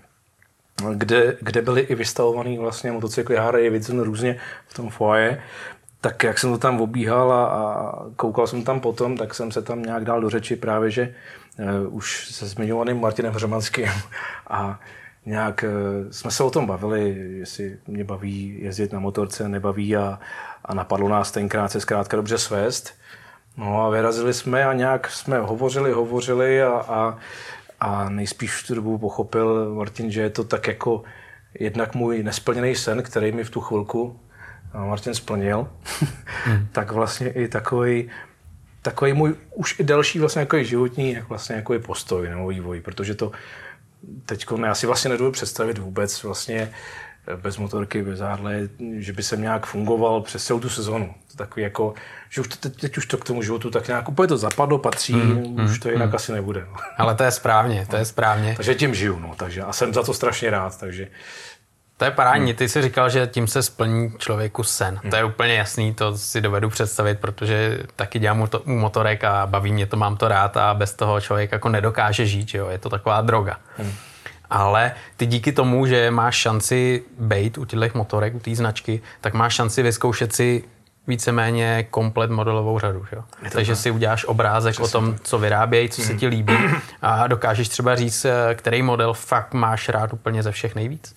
Speaker 2: kde, kde byly i vystavovaný vlastně motocykly Harley Davidson různě v tom foaje, tak jak jsem to tam obíhal a, a koukal jsem tam potom, tak jsem se tam nějak dal do řeči právě, že uh, už se zmiňovaným Martinem Hřemanským a nějak uh, jsme se o tom bavili, jestli mě baví jezdit na motorce, nebaví a, a napadlo nás tenkrát se zkrátka dobře svést. No a vyrazili jsme a nějak jsme hovořili, hovořili a, a, a nejspíš v tu dobu pochopil Martin, že je to tak jako jednak můj nesplněný sen, který mi v tu chvilku Martin splnil, hmm. tak vlastně i takový, takový můj už i další vlastně jako životní jak vlastně jako postoj nebo vývoj, protože to teďko já si vlastně nedovedu představit vůbec vlastně bez motorky, bez Harley, že by jsem nějak fungoval přes celou tu sezonu. To takový jako, že už to, teď, teď už to k tomu životu tak nějak úplně to zapadlo, patří, mm, už to jinak mm. asi nebude. No.
Speaker 1: Ale to je správně, to je správně.
Speaker 2: Takže tím žiju, no, takže a jsem za to strašně rád, takže
Speaker 1: to je parádní. Ty jsi říkal, že tím se splní člověku sen. Hmm. To je úplně jasný, to si dovedu představit, protože taky dělám u motorek a baví mě to, mám to rád a bez toho člověk jako nedokáže žít, jo? Je to taková droga. Hmm. Ale ty díky tomu, že máš šanci bejt u těchto motorek, u té značky, tak máš šanci vyzkoušet si víceméně komplet modelovou řadu. Jo? Takže si uděláš obrázek přesně o tom, co vyrábějí, co se ti líbí a dokážeš třeba říct, který model fakt máš rád úplně ze všech nejvíc.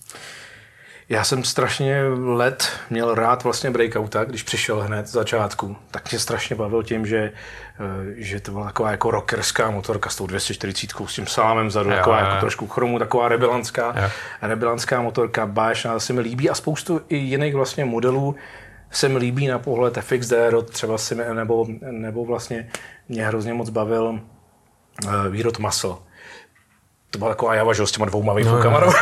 Speaker 2: Já jsem strašně let měl rád vlastně breakouta, když přišel hned z začátku. Tak mě strašně bavil tím, že, že to byla taková jako rockerská motorka s tou dvě stě čtyřicet s tím salámem vzadu, jo, taková jo, jako trošku chromu, taková rebelantská, rebelantská motorka, báječná, se mi líbí a spoustu i jiných vlastně modelů se mi líbí na pohled F X D Rod, třeba si mi, nebo, nebo vlastně mě hrozně moc bavil uh, výrod Muscle. To byla taková java, že s těma dvouma vejfukama. No,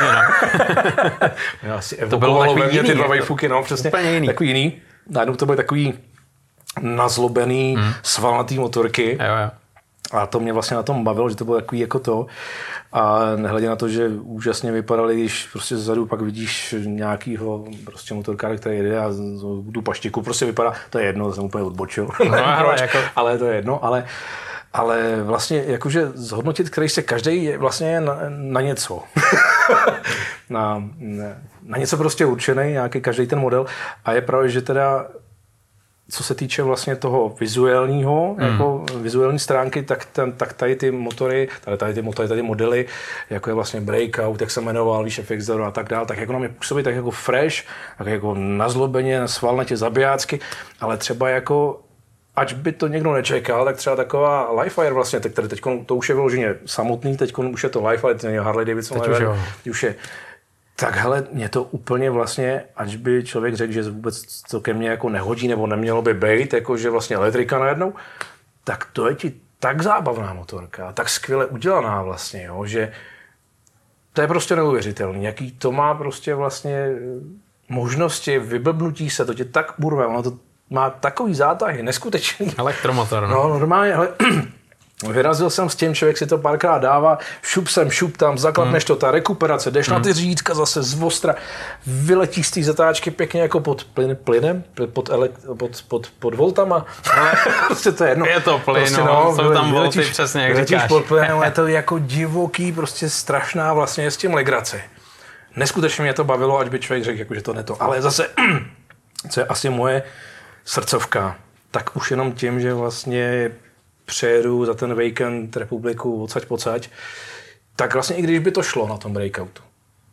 Speaker 2: no. Asi
Speaker 1: to bylo takový jiný,
Speaker 2: ty dva vejfuky, no, přesně.
Speaker 1: Úplně jiný.
Speaker 2: Takový jiný. Najednou to byly takový nazlobený, hmm. svalnatý motorky.
Speaker 1: Jo, jo.
Speaker 2: A to mě vlastně na tom bavilo, že to bylo takový jako to. A nehledě na to, že úžasně vypadaly, když prostě zezadu pak vidíš nějakýho prostě motorkára, který jede a tu paštiku prostě vypadá, to je jedno, jsem úplně odbočil.
Speaker 1: No, ale, jako...
Speaker 2: ale to je jedno, ale Ale vlastně jakože zhodnotit, který se každý je vlastně na, na něco. na, na něco prostě určený, nějaký každý ten model. A je pravda, že teda co se týče vlastně toho vizuálního, mm. jako vizuální stránky, tak, ten, tak tady ty motory, tady, tady ty motory, tady modely, jako je vlastně Breakout, jak se jmenoval, víš, F X Zero a tak dál, tak jako nám je působí tak jako fresh, tak jako nazlobeně, svalnatě, zabijácky, ale třeba jako ať by to někdo nečekal, tak třeba taková Livefire vlastně, tak tady teď to už je vyloženě samotný, teď už je to Livefire, teď je Harley Davidson, teď Livefire, už, už je. Tak hele, mě to úplně vlastně, ať by člověk řekl, že vůbec to ke mně jako nehodí nebo nemělo by být, jako že vlastně elektrika najednou, tak to je ti tak zábavná motorka, tak skvěle udělaná vlastně, jo, že to je prostě neuvěřitelný, jaký to má prostě vlastně možnosti vyblbnutí se, to tě tak burve, ono to má takový zátahy, neskutečný.
Speaker 1: Elektromotor, no.
Speaker 2: No, normálně, ale vyrazil jsem s tím, člověk si to párkrát dává, šup sem, šup tam, zaklapneš hmm. to, ta rekuperace, jdeš hmm. na ty řídka zase z ostra, vyletí z té zatáčky pěkně jako pod plyn, plynem, pod, elekt, pod, pod, pod voltama. Prostě to je jedno.
Speaker 1: Je to plyn, prostě,
Speaker 2: no,
Speaker 1: jsou tam volty, přesně jak říkáš.
Speaker 2: pod plynem, je to jako divoký, prostě strašná vlastně s tím legrace. Neskutečně mě to bavilo, ať by člověk řekl, jako, že to ne to. Ale zase, co je asi moje srdcovka, tak už jenom tím, že vlastně přejedu za ten víkend republiku odsaď pocať, tak vlastně i když by to šlo na tom breakoutu.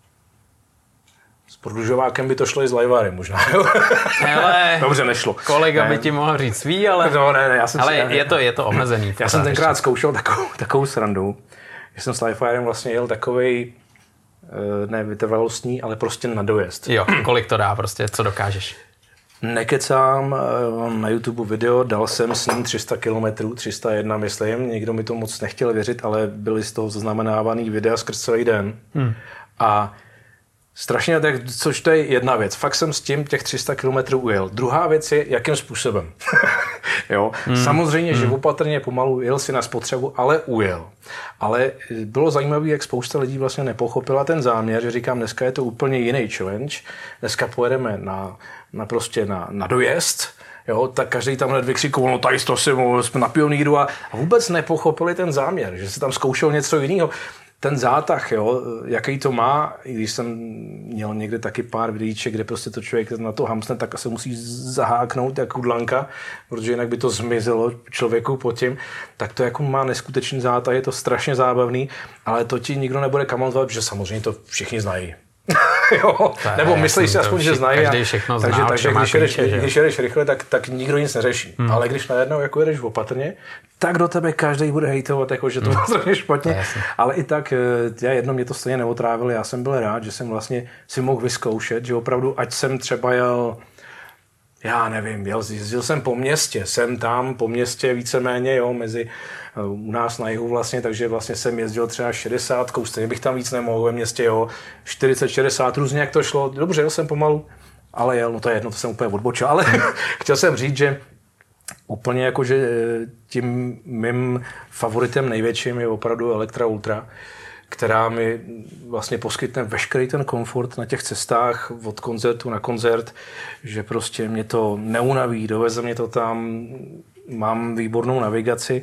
Speaker 2: S prodlužovákem by to šlo i s Livarem možná.
Speaker 1: Hele,
Speaker 2: dobře, nešlo.
Speaker 1: Kolega
Speaker 2: ne.
Speaker 1: by ti mohl říct svý, ale,
Speaker 2: no, ne, ne, já jsem
Speaker 1: ale
Speaker 2: si,
Speaker 1: je, to, je to omezený.
Speaker 2: Já jsem tenkrát zkoušel takovou, takovou srandu, že jsem s Livarem vlastně jel takovej ne vytrvalostní, ale prostě na dojezd.
Speaker 1: Jo, kolik to dá prostě, co dokážeš?
Speaker 2: Nekecám, mám na YouTube video, dal jsem s ním tři sta kilometrů, tři sta jedna myslím, někdo mi to moc nechtěl věřit, ale byly z toho zaznamenávaný videa skrz celý den. Hmm. A strašně, tak, což to je jedna věc, fakt jsem s tím těch tři sta kilometrů ujel. Druhá věc je, jakým způsobem. jo? Hmm. Samozřejmě, hmm. že opatrně pomalu jel si na spotřebu, ale ujel. Ale bylo zajímavé, jak spousta lidí vlastně nepochopila ten záměr, že říkám, dneska je to úplně jiný challenge, dneska pojedeme na, na prostě na, na dojezd, jo, tak každý tam hned vykřikoval, no tady to si jsme na pioníru a, a vůbec nepochopili ten záměr, že se tam zkoušel něco jiného. Ten zátah, jo, jaký to má, i když jsem měl někde taky pár videíček, kde prostě to člověk na to hamsne, tak se musí zaháknout jako dlanka, protože jinak by to zmizelo člověku pod tím, tak to jako má neskutečný zátah, je to strašně zábavný, ale to ti nikdo nebude kamontovat, protože samozřejmě to všichni znají. jo, nebo myslíš si aspoň, že znají.
Speaker 1: Každý všechno
Speaker 2: takže,
Speaker 1: zná,
Speaker 2: takže když, jedeš, když jedeš rychle, tak, tak nikdo nic neřeší. Hmm. Ale když najednou jako jedeš opatrně, tak do tebe každý bude hejtovat, jako, že to má strašně špatně. Ale i tak, já jedno mě to stejně neotrávilo, já jsem byl rád, že jsem vlastně si mohl vyzkoušet, že opravdu, ať jsem třeba jel, já nevím, jel, jezdil jsem po městě, jsem tam po městě víceméně, jo, mezi u nás na jihu vlastně, takže vlastně jsem jezdil třeba šedesát, stejně bych tam víc nemohl ve městě, jo, čtyřicet šedesát, různě jak to šlo, dobře, jel jsem pomalu, ale jel, no to je jedno, to jsem úplně odbočil, ale chtěl jsem říct, že úplně jako, že tím mým favoritem největším je opravdu Elektra Ultra, která mi vlastně poskytne veškerý ten komfort na těch cestách od koncertu na koncert, že prostě mě to neunaví, doveze mě to tam, mám výbornou navigaci,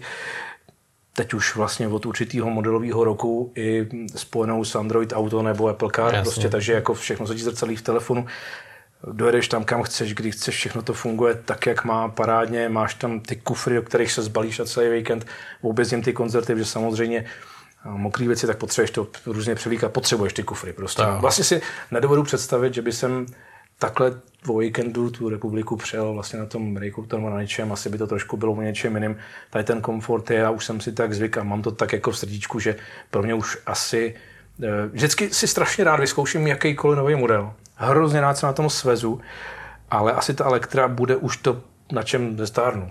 Speaker 2: teď už vlastně od určitého modelového roku i spojenou s Android Auto nebo Apple Car, prostě, takže jako všechno se ti zrcadlí v telefonu, dojedeš tam, kam chceš, kdy chceš, všechno to funguje tak, jak má parádně, máš tam ty kufry, do kterých se zbalíš na celý víkend, objezdím ty koncerty, protože samozřejmě mokrý věci, tak potřebuješ to různě převlíkat, potřebuješ ty kufry prostě. Tak. Vlastně si nedovedu představit, že by jsem takhle o víkendu tu republiku přejel vlastně na tom breakoutu nebo na něčem, asi by to trošku bylo o něčem jiným. Tady ten komfort je, já už jsem si tak zvyk a mám to tak jako v srdíčku, že pro mě už asi vždycky si strašně rád vyzkouším jakýkoliv nový model. Hrozně rád se na tom svezu, ale asi ta Elektra bude už to, na čem zestárnu.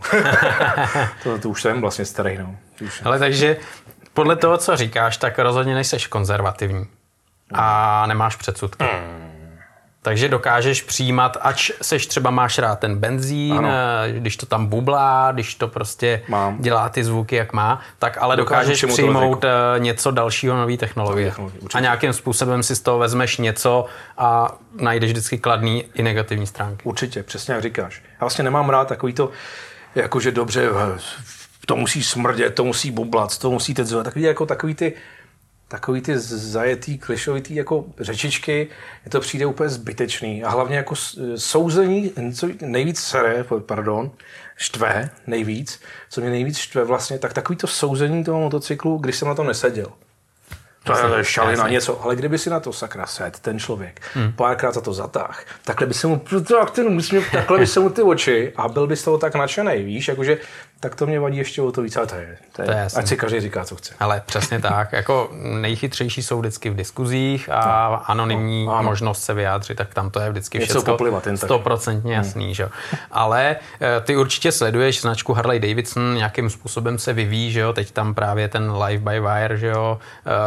Speaker 2: to, to už jsem vlastně starý. No.
Speaker 1: Ale takže podle toho, co říkáš, tak rozhodně nejseš konzervativní a nemáš předsudky. Mm. Takže dokážeš přijímat, ač seš třeba máš rád ten benzín, ano. když to tam bublá, když to prostě Mám. dělá ty zvuky, jak má, tak ale dokážeš Dokážu přijmout něco dalšího, nový technologie. technologie a nějakým způsobem si z toho vezmeš něco a najdeš vždycky kladný i negativní stránky.
Speaker 2: Určitě, přesně jak říkáš. Já vlastně nemám rád takový to, jakože dobře, to musí smrdět, to musí bublat, to musí teď takový, jako takový ty takový ty zajetý, klišovitý jako řečičky, je to přijde úplně zbytečný. A hlavně jako souzení, co nejvíc sere, pardon, štve nejvíc, co mě nejvíc štve vlastně, tak takový to souzení toho motocyklu, když jsem na tom neseděl. To je šalina něco, ale kdyby si na to sakra set, ten člověk, hmm. párkrát za to zatáh, takhle by se mu, takhle by se mu ty oči a byl by z toho tak nadšenej, víš, jakože, tak to mě vadí ještě o to víc, ale to je, to je, to je ať si každý říká, co chce.
Speaker 1: Ale přesně tak, jako nejchytřejší jsou vždycky v diskuzích a no. anonymní no, možnost se vyjádřit, tak tam to je vždycky všechno stoprocentně jasný, hmm. že jo. Ale ty určitě sleduješ značku Harley Davidson, nějakým způsobem se vyvíjí, že jo, teď tam právě ten Live by Wire, že jo,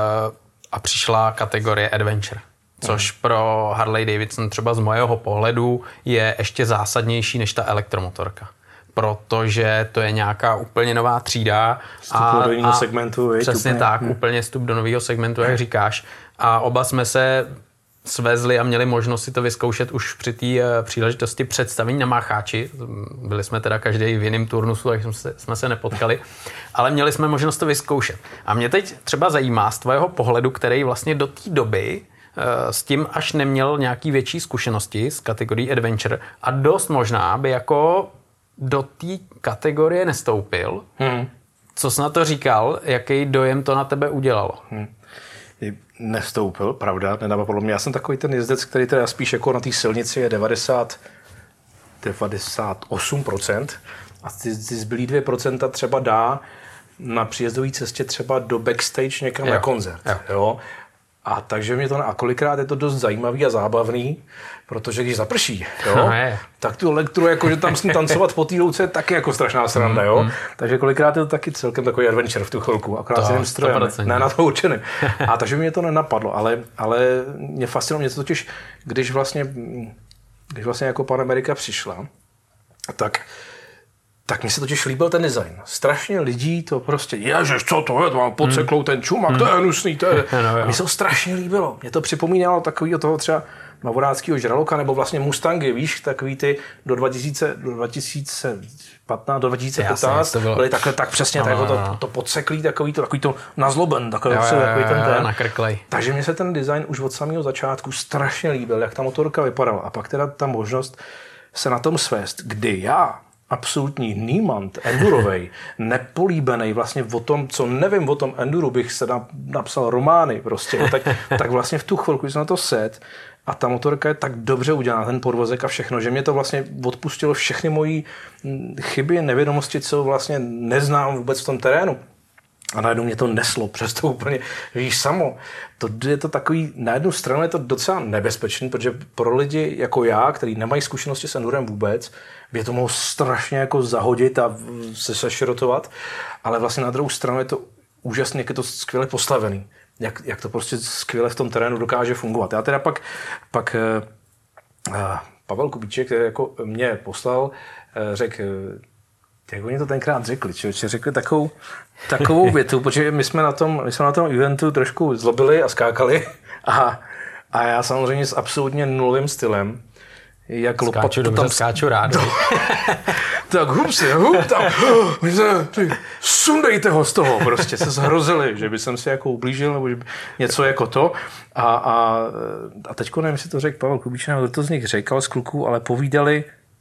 Speaker 1: a přišla kategorie Adventure, což pro Harley Davidson třeba z mojeho pohledu je ještě zásadnější než ta elektromotorka. Protože to je nějaká úplně nová třída.
Speaker 2: Vstup a, do jiného segmentu. Je,
Speaker 1: přesně úplně. tak, hmm. úplně vstup do nového segmentu, jak říkáš. A oba jsme se svezli a měli možnost si to vyzkoušet už při té příležitosti představení na Mácháči. Byli jsme teda každý v jiném turnusu, tak jsme se, jsme se nepotkali, ale měli jsme možnost to vyzkoušet. A mě teď třeba zajímá z tvého pohledu, který vlastně do té doby s tím až neměl nějaký větší zkušenosti z kategorii Adventure a dost možná by jako do té kategorie nestoupil. Hmm. Co jsi na to říkal? Jaký dojem to na tebe udělalo? Hmm.
Speaker 2: Nestoupil, pravda, nedává podle mě. Já jsem takový ten jezdec, který teda spíš jako na té silnici je devadesát, devadesát osm procent a ty, ty zbylý dvě procenta třeba dá na příjezdové cestě třeba do backstage někam jo. na koncert. Jo. Jo? A takže mě to, a kolikrát je to dost zajímavý a zábavný, protože když zaprší, jo, tak tu elektru, jako, že tam s ní tancovat po té louce je taky jako strašná sranda, jo. Mm, mm. Takže kolikrát je to taky celkem takový adventure v tu chvilku, akorát s jiným strojem, ne na to určený. A takže mě to nenapadlo, ale, ale mě fascinovalo, mě to totiž, když vlastně, když vlastně jako Pan Amerika přišla, tak Tak mi se totiž líbil ten design. Strašně lidí to prostě, ježiš, co to je, to mám podseklou ten čumak, hmm. to je hnusný, to je. No, a mi se to strašně líbilo. Mě to připomínalo takovýho toho třeba novoráckého žraloka, nebo vlastně Mustangy, víš, takový ty do dva tisíce, do dva tisíce patnáct, do dva tisíce patnáct, Jasně, byly takhle tak přesně, no, tak, no, no. To, to podseklý, takový to, takový to nazloben, takový, jo, jo, takový ten ten.
Speaker 1: Nakrklej.
Speaker 2: Takže mě se ten design už od samého začátku strašně líbil, jak ta motorka vypadala. A pak teda ta možnost se na tom svést, kdy já absolutní nímant endurovej, nepolíbenej vlastně o tom, co nevím o tom enduru, bych se napsal romány prostě, tak, tak vlastně v tu chvilku jsem na to set a ta motorka je tak dobře udělaná, ten podvozek a všechno, že mě to vlastně odpustilo všechny mojí chyby, nevědomosti, co vlastně neznám vůbec v tom terénu. A najednou mě to neslo, přes to úplně, víš, samo. To je to takový, na jednu stranu je to docela nebezpečný, protože pro lidi jako já, kteří nemají zkušenosti s endurem vůbec, by to mohlo strašně jako zahodit a se sešrotovat, ale vlastně na druhou stranu je to úžasně, jak je to skvěle postavený. Jak, jak to prostě skvěle v tom terénu dokáže fungovat. Já teda pak, pak uh, Pavel Kubíček, který jako mě poslal, uh, řekl, jak oni to tenkrát řekli, čiže řekli takovou, takovou větu, protože my jsme na tom, my jsme na tom eventu trošku zlobili a skákali a, a já samozřejmě s absolutně nulovým stylem, jak
Speaker 1: skáču dobře, tam skáču rád. Do,
Speaker 2: tak hup si, hup tam, my se, sundejte ho z toho, prostě se zhrozili, že by jsem si jako ublížil, nebo že by něco jako to. A, a, a teďko nevím, jestli to řekl Pavel Kubíček, nebo to z nich řekl z kluků, ale povídali,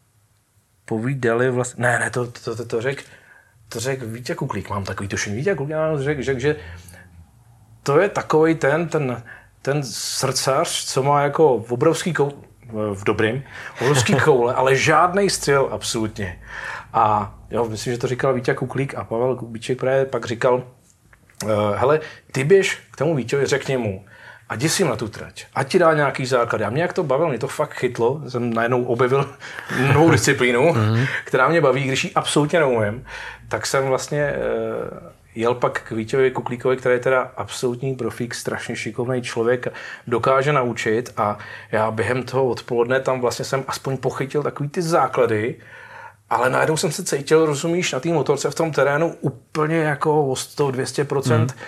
Speaker 2: povídali vlastně, ne, ne, to, to, to, to řekl, to řekl Vítě Kuklík, mám takový tušení, Vítě Kuklík řekl, řek, že to je takovej ten, ten, ten srdcař, co má jako obrovský koule, v dobrým, obrovský koule, ale žádnej střel, absolutně. A jo, myslím, že to říkal Vítě Kuklík a Pavel Kubíček právě pak říkal, uh, hele, ty běž k tomu Vítěvi, řekni mu, a jdi si na tu trať, ať ti dá nějaký základ. A mě jak to bavilo, mě to fakt chytlo, jsem najednou objevil novou disciplínu, mm-hmm. která mě baví, když ji absolutně neumím, tak jsem vlastně uh, jel pak k Vítěvi Kuklíkovi, který je teda absolutní profík, strašně šikovný člověk, dokáže naučit a já během toho odpoledne tam vlastně jsem aspoň pochytil takový ty základy, ale najednou jsem se cítil, rozumíš, na té motorce v tom terénu úplně jako o sto až dvě stě procent mm.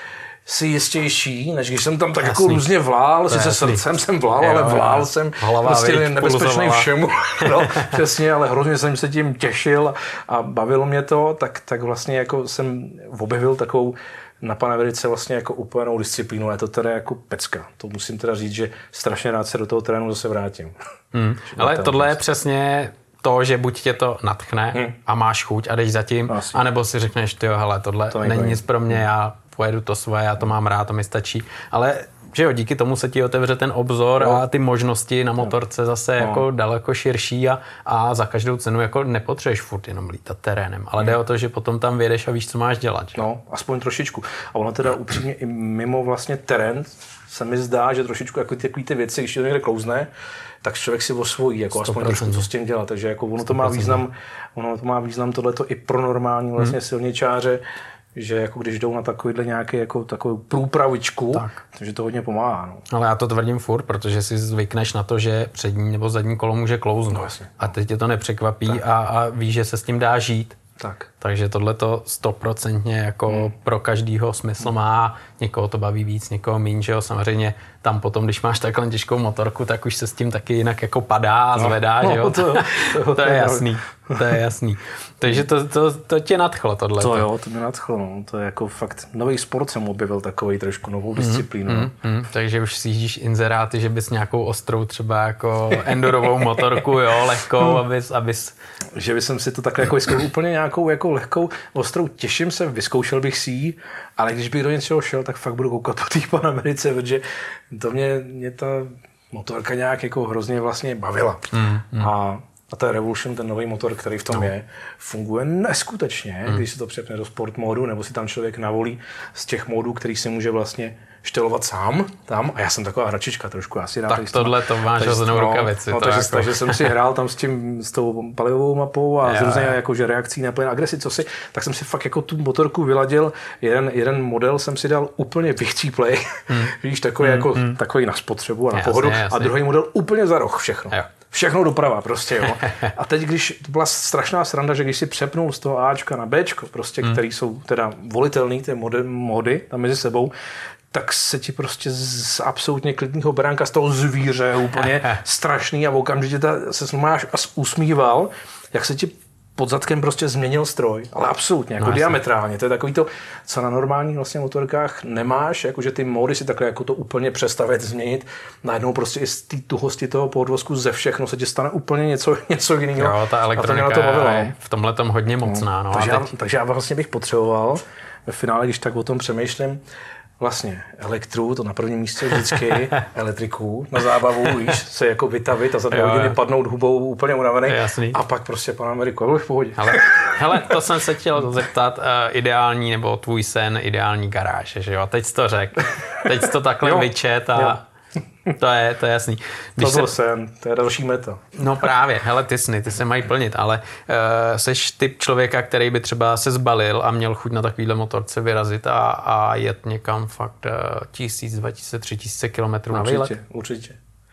Speaker 2: si jistější, než když jsem tam tak jasný. Jako různě vlál, sice srdcem jsem vlál, jo, ale vlál jo. jsem
Speaker 1: Hlava,
Speaker 2: prostě
Speaker 1: věď,
Speaker 2: nebezpečný
Speaker 1: pulzovala.
Speaker 2: všemu, no, přesně, ale hrozně jsem se tím těšil a bavilo mě to, tak, tak vlastně jako jsem objevil takovou na Panamerice vlastně jako úplnou disciplínu, ale to teda jako pecka. To musím teda říct, že strašně rád se do toho terénu zase vrátím.
Speaker 1: Hmm. Ale tohle je přesně to, že buď tě to nadchne hmm. a máš chuť a jdeš za tím, vlastně. Anebo si řekneš, tyjo, hele, tohle to není nic pro mě, já pojedu to svoje, já to mám rád, to mi stačí. Ale že jo, díky tomu se ti otevře ten obzor no. a ty možnosti na motorce zase no. jako daleko širší a, a za každou cenu jako nepotřebuješ furt jenom lítat terénem, ale hmm. jde o to, že potom tam vyjedeš a víš, co máš dělat. Že?
Speaker 2: No, aspoň trošičku. A ono teda upřímně i mimo vlastně terén se mi zdá, že trošičku jako ty, ty věci, když to někde klouzne, tak člověk si osvojí, jako aspoň trošku, co s tím dělat. Takže jako ono to má význam, ono to má význam tohleto i pro normální vlastně hmm. silničáře, že jako když jdou na takovýhle nějaký jako takovou průpravičku, tak. takže to hodně pomáhá. No.
Speaker 1: Ale já to tvrdím furt, protože si zvykneš na to, že přední nebo zadní kolo může klouznout. No, jasně. A teď tě to nepřekvapí a, a víš, že se s tím dá žít.
Speaker 2: Tak.
Speaker 1: Takže tohle to stoprocentně jako hmm. pro každýho smysl má. Někoho to baví víc, někoho míň, že jo. Samozřejmě tam potom, když máš takhle těžkou motorku, tak už se s tím taky jinak jako padá a zvedá, no, že jo.
Speaker 2: No, to, to, to,
Speaker 1: to je jasný, to je jasný. Takže to, to, to tě nadchlo tohle.
Speaker 2: To jo, to mě nadchlo, no. To je jako fakt, nový sport jsem objevil takovej trošku novou disciplínu. Mm,
Speaker 1: mm, mm. Takže už si jíždíš inzeráty, že bys nějakou ostrou třeba jako endurovou motorku, jo, lehkou, abys, abys...
Speaker 2: Že bych si to takhle jako vyzkoušel úplně nějakou jako lehkou ostrou, těším se, vyzkoušel bych si ji, ale když bych do něčeho šel, tak fakt budu koukat po té Panamerice, protože to mě, mě ta motorka nějak jako hrozně vlastně bavila. Mm, mm. A, a ta Revolution, ten nový motor, který v tom no. je, funguje neskutečně, mm. když se to přepne do sport módu, nebo si tam člověk navolí z těch módů, který si může vlastně štelovat sám tam. A já jsem taková hračička trošku. Asi
Speaker 1: tak tohle to máš hozenou rukavici.
Speaker 2: No, takže, jako... takže jsem si hrál tam s tím, s tou palivovou mapou a z různých jakože reakcí na plyn agresi, co si, tak jsem si fakt jako tu motorku vyladil. Jeden, jeden model jsem si dal úplně vychcíplej. Hmm. Víš, takový, hmm. jako, hmm. takový na spotřebu a na jasně, pohodu. Jasně. A druhý model úplně za roh všechno. Jo. Všechno doprava prostě, jo. A teď, když to byla strašná sranda, že když si přepnul z toho Ačka na Bčko, prostě, hmm. který jsou teda volitelný, ty mody, mody tam mezi sebou, tak se ti prostě z absolutně klidného beránka z toho zvíře úplně strašný a okamžitě ta, se máš a usmíval, jak se ti pod zadkem prostě změnil stroj, ale absolutně, jako no, diametrálně. To je takový to, co na normálních vlastně motorkách nemáš, jakože ty módy si takhle jako to úplně přestavit, změnit. Najednou prostě i z té tuhosti toho podvozku ze všechno se ti stane úplně něco, něco jiného.
Speaker 1: Jo, ta elektronika to bavilo, je v tomhletom hodně mocná. No,
Speaker 2: takže,
Speaker 1: teď...
Speaker 2: já, takže já vlastně bych potřeboval ve finále, když tak o tom přemýšlím, vlastně elektru, to na prvním místě vždycky, elektriku, na zábavu, víš, se jako vytavit a za dvě hodiny padnout hubou úplně unavený a pak prostě Panameriku, ale v pohodě.
Speaker 1: Hele, hele, to jsem se chtěl zeptat, uh, ideální, nebo tvůj sen, ideální garáž, že jo, a teď jsi to řekl, teď jsi to takhle jo, vyčet a... Jo. To je, to je jasný.
Speaker 2: Když to byl se... sen, to je další meta.
Speaker 1: No právě, hele, ty sny, ty se mají plnit, ale uh, seš typ člověka, který by třeba se zbalil a měl chuť na takovýhle motorce vyrazit a, a jet někam fakt uh, tisíc, dva tisíce, tři tisíce kilometrů na výlet?
Speaker 2: Určitě, určitě.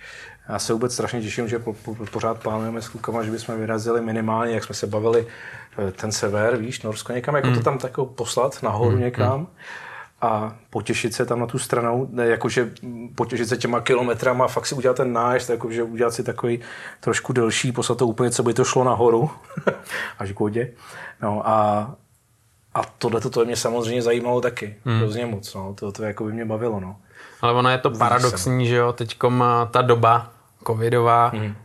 Speaker 2: Já se vůbec strašně těším, že po, po, pořád plánujeme s klukama, že bychom vyrazili minimálně, jak jsme se bavili, ten sever, víš, Norsko někam, jako mm. to tam tak poslat nahoru mm. někam. Mm. A potěšit se tam na tu stranu, ne, jakože potěšit se těma kilometrama, fakt si udělat ten nájezd, jakože udělat si takový trošku delší, poslat to úplně, co by to šlo nahoru, až k vodě. No a, a tohleto to mě samozřejmě zajímalo taky, hmm. hrozně moc, no, to, to jako by mě bavilo, no.
Speaker 1: Ale ono je to Uvidíš paradoxní, se. Že jo, teďkom ta doba covidová, hmm.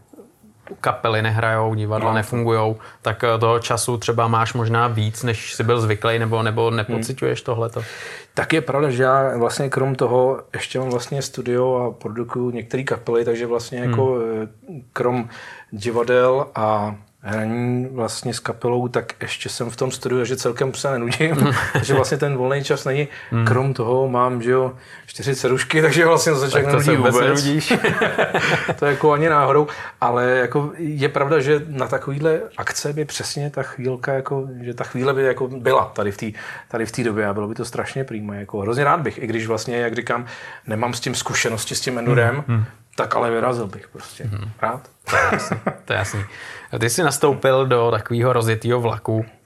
Speaker 1: kapely nehrajou, divadla no. nefungujou, tak toho času třeba máš možná víc, než jsi byl zvyklý, nebo, nebo nepociťuješ hmm. tohleto?
Speaker 2: Tak je pravda, že já vlastně krom toho ještě mám vlastně studio a produkuju některé kapely, takže vlastně hmm. jako krom divadel a hraní vlastně s kapelou, tak ještě jsem v tom studiu, takže celkem se nenudím. Takže vlastně ten volný čas není. Hmm. Krom toho mám, že jo, čtyři cerušky, takže vlastně se člověk nenudí vůbec. To je jako ani náhodou. Ale jako je pravda, že na takovýhle akce by přesně ta chvílka, jako, že ta chvíle by jako byla tady v té tady v té době a bylo by to strašně prýma. Jako hrozně rád bych, i když vlastně, jak říkám, nemám s tím zkušenosti s tím endurem, hmm. tak ale vyrazil bych prostě. Hmm. Rád.
Speaker 1: To je jasný. To je jasný. Ty jsi nastoupil do takového rozjetého vlaku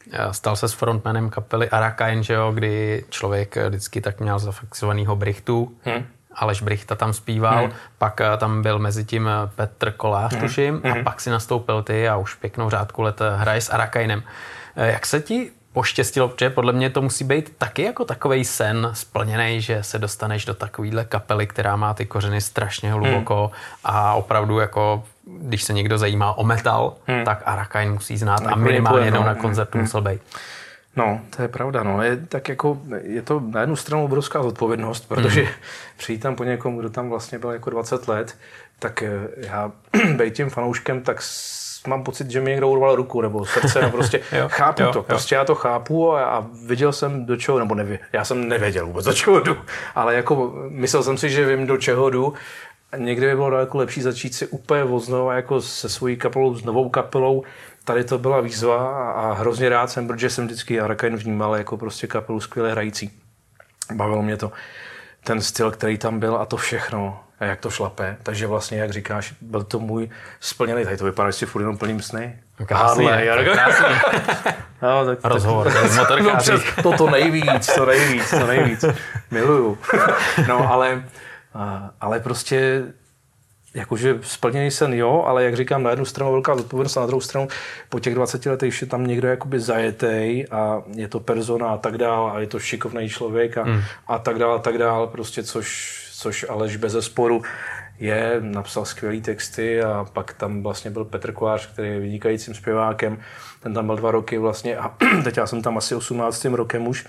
Speaker 1: Stal se s frontmanem kapely Arakain, že jo, kdy člověk vždycky tak měl zafixovanýho Brichtu. Hmm. Aleš Brichta tam zpíval, hmm. pak tam byl mezi tím Petr Kolář, hmm. tuším, hmm. a pak si nastoupil ty a už pěknou řádku let hraje s Arakainem. Jak se ti poštěstilo, protože podle mě to musí být taky jako takovej sen splněnej, že se dostaneš do takovýhle kapely, která má ty kořeny strašně hluboko hmm. a opravdu jako, když se někdo zajímá o metal, hmm. tak Arakain musí znát no, a minimálně jednou no. na koncertu hmm. musel být.
Speaker 2: No, to je pravda, no. Je, tak jako, je to na jednu stranu obrovská zodpovědnost, protože mm. přijít tam po někom, kdo tam vlastně byl jako dvacet let, tak já bejt tím fanouškem, tak mám pocit, že mi někdo urval ruku nebo srdce, no prostě jo, chápu jo, to, jo. prostě já to chápu a, a viděl jsem do čeho, nebo nevě, já jsem nevěděl vůbec do čeho jdu, ale jako myslel jsem si, že vím do čeho jdu. Někdy by bylo daleko lepší začít si úplně odznovu jako se svojí kapelou, s novou kapelou. Tady to byla výzva a hrozně rád jsem, protože jsem vždycky Arakain vnímal jako prostě kapelu skvěle hrající. Bavilo mě to. Ten styl, který tam byl a to všechno. A jak to šlape. Takže vlastně, jak říkáš, byl to můj splněný. Tady to vypadá, že si furt jenom plným sny.
Speaker 1: Krásný, krásný.
Speaker 2: No, tak,
Speaker 1: rozhovor.
Speaker 2: Tak, no, přes, to, to nejvíc, to nejvíc, to nejvíc. Miluju. No, ale, ale prostě jakože splněný sen, jo, ale jak říkám, na jednu stranu velká zodpovědnost a na druhou stranu po těch dvaceti letech už je tam někdo jakoby zajetej a je to persona a tak dál a je to šikovný člověk a, mm. a tak dál a tak dál, prostě což, což Aleš bezesporu je, napsal skvělý texty a pak tam vlastně byl Petr Kolář, který je vynikajícím zpěvákem, ten tam byl dva roky vlastně a teď já jsem tam asi osmnáctým rokem už.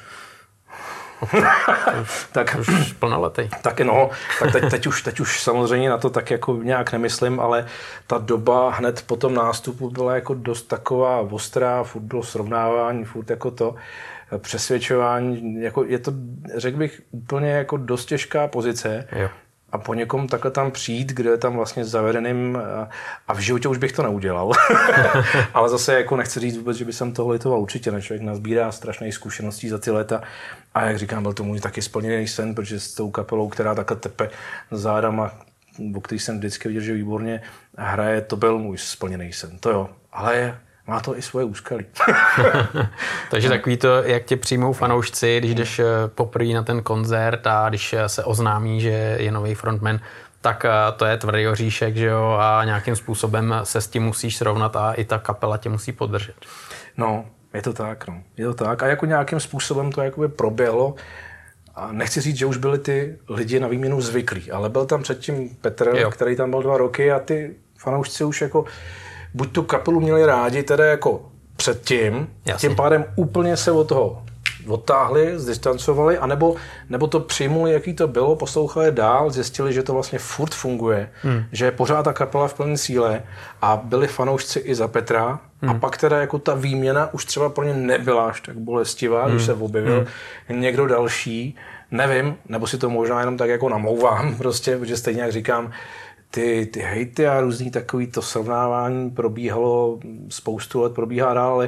Speaker 2: tak
Speaker 1: už plnoletý.
Speaker 2: Tak no, tak teď, teď, už, teď už samozřejmě na to tak jako nějak nemyslím, ale ta doba hned po tom nástupu byla jako dost taková ostrá, furt bylo srovnávání, furt jako to přesvědčování, jako je to, řekl bych, úplně jako dost těžká pozice.
Speaker 1: Jo.
Speaker 2: A po někom takhle tam přijít, kde je tam vlastně zavedeným a, a v životě už bych to neudělal. Ale zase jako nechci říct vůbec, že by jsem toho litoval. Určitě ne, člověk nazbírá strašných zkušeností za ty léta. A jak říkám, byl to můj taky splněný sen, protože s tou kapelou, která takhle tepe zádama, o který jsem vždycky viděl, že výborně hraje, to byl můj splněný sen. To jo, ale má to i svoje úskalí.
Speaker 1: Takže takový to, jak tě přijmou fanoušci, když jdeš poprvé na ten koncert a když se oznámí, že je nový frontman, tak to je tvrdý oříšek, že jo, a nějakým způsobem se s tím musíš srovnat a i ta kapela tě musí podržet.
Speaker 2: No, je to tak, no. Je to tak. A jako nějakým způsobem to jakoby proběhlo. A nechci říct, že už byli ty lidi na výměnu zvyklí, ale byl tam předtím Petr, jo. který tam byl dva roky a ty fanoušci už jako buď tu kapelu měli rádi, teda jako předtím, Jasně. tím pádem úplně se od toho odtáhli, zdistancovali, anebo nebo to přijmuli, jaký to bylo, poslouchali dál, zjistili, že to vlastně furt funguje, hmm. že je pořád ta kapela v plné síle a byli fanoušci i za Petra hmm. a pak teda jako ta výměna už třeba pro ně nebyla až tak bolestivá, hmm. když se objevil hmm. někdo další, nevím, nebo si to možná jenom tak jako namlouvám prostě, protože stejně jak říkám, Ty, ty hejty a různý takový to srovnávání probíhalo spoustu let, probíhá dál, ale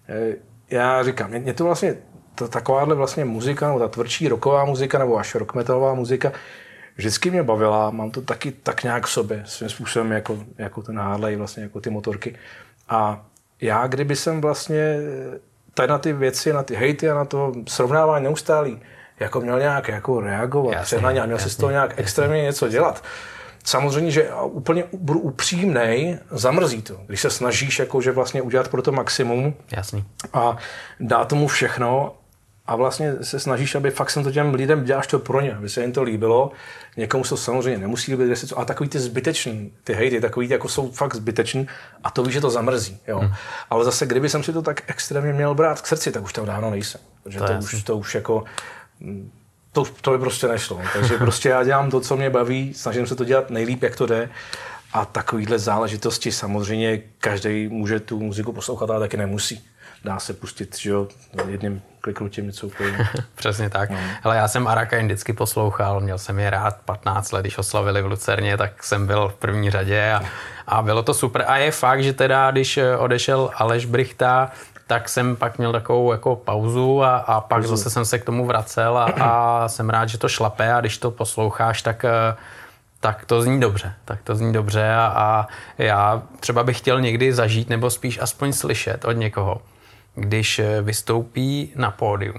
Speaker 2: já říkám, mě, mě to vlastně, to, takováhle vlastně muzika, nebo ta tvrdší rocková muzika, nebo až rock metalová muzika, vždycky mě bavila, mám to taky tak nějak v sobě, svým způsobem jako, jako ten Harley, vlastně jako ty motorky. A já, kdyby jsem vlastně tady na ty věci, na ty hejty a na to srovnávání neustálý, jako měl nějak jako reagovat, přehnaně a měl si z toho nějak extrémně něco dělat. Samozřejmě, že úplně budu upřímnej, zamrzí to, když se snažíš jakože vlastně udělat pro to maximum.
Speaker 1: Jasný.
Speaker 2: A dá tomu všechno a vlastně se snažíš, aby fakt jsem to těm lidem děláš to pro ně, aby se jim to líbilo. Někomu se to samozřejmě nemusí líbit, ale takový ty zbytečný, ty hejty, takový ty jako jsou fakt zbytečný a to víš, že to zamrzí. Jo. Hmm. Ale zase, kdyby jsem si to tak extrémně měl brát k srdci, tak už tam dávno nejsem. Protože to, to, už, to už jako... To, to by prostě nešlo. Takže prostě já dělám to, co mě baví, snažím se to dělat nejlíp, jak to jde. A takovýhle záležitosti samozřejmě každý může tu muziku poslouchat, ale taky nemusí. Dá se pustit, že jo, jedním kliknutím něco úplně.
Speaker 1: Přesně tak. No. Hele, já jsem Arakain vždycky poslouchal, měl jsem je rád patnáct let, když oslavili v Lucerně, tak jsem byl v první řadě a, a bylo to super. A je fakt, že teda, když odešel Aleš Brichta, tak jsem pak měl takovou jako pauzu a, a pak pauzu. Zase jsem se k tomu vracel a, a jsem rád, že to šlape a když to posloucháš, tak, tak to zní dobře. Tak to zní dobře a, a já třeba bych chtěl někdy zažít nebo spíš aspoň slyšet od někoho když vystoupí na pódium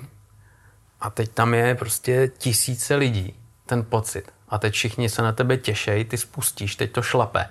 Speaker 1: a teď tam je prostě tisíce lidí, ten pocit. A teď všichni se na tebe těšejí, ty spustíš, teď to šlape.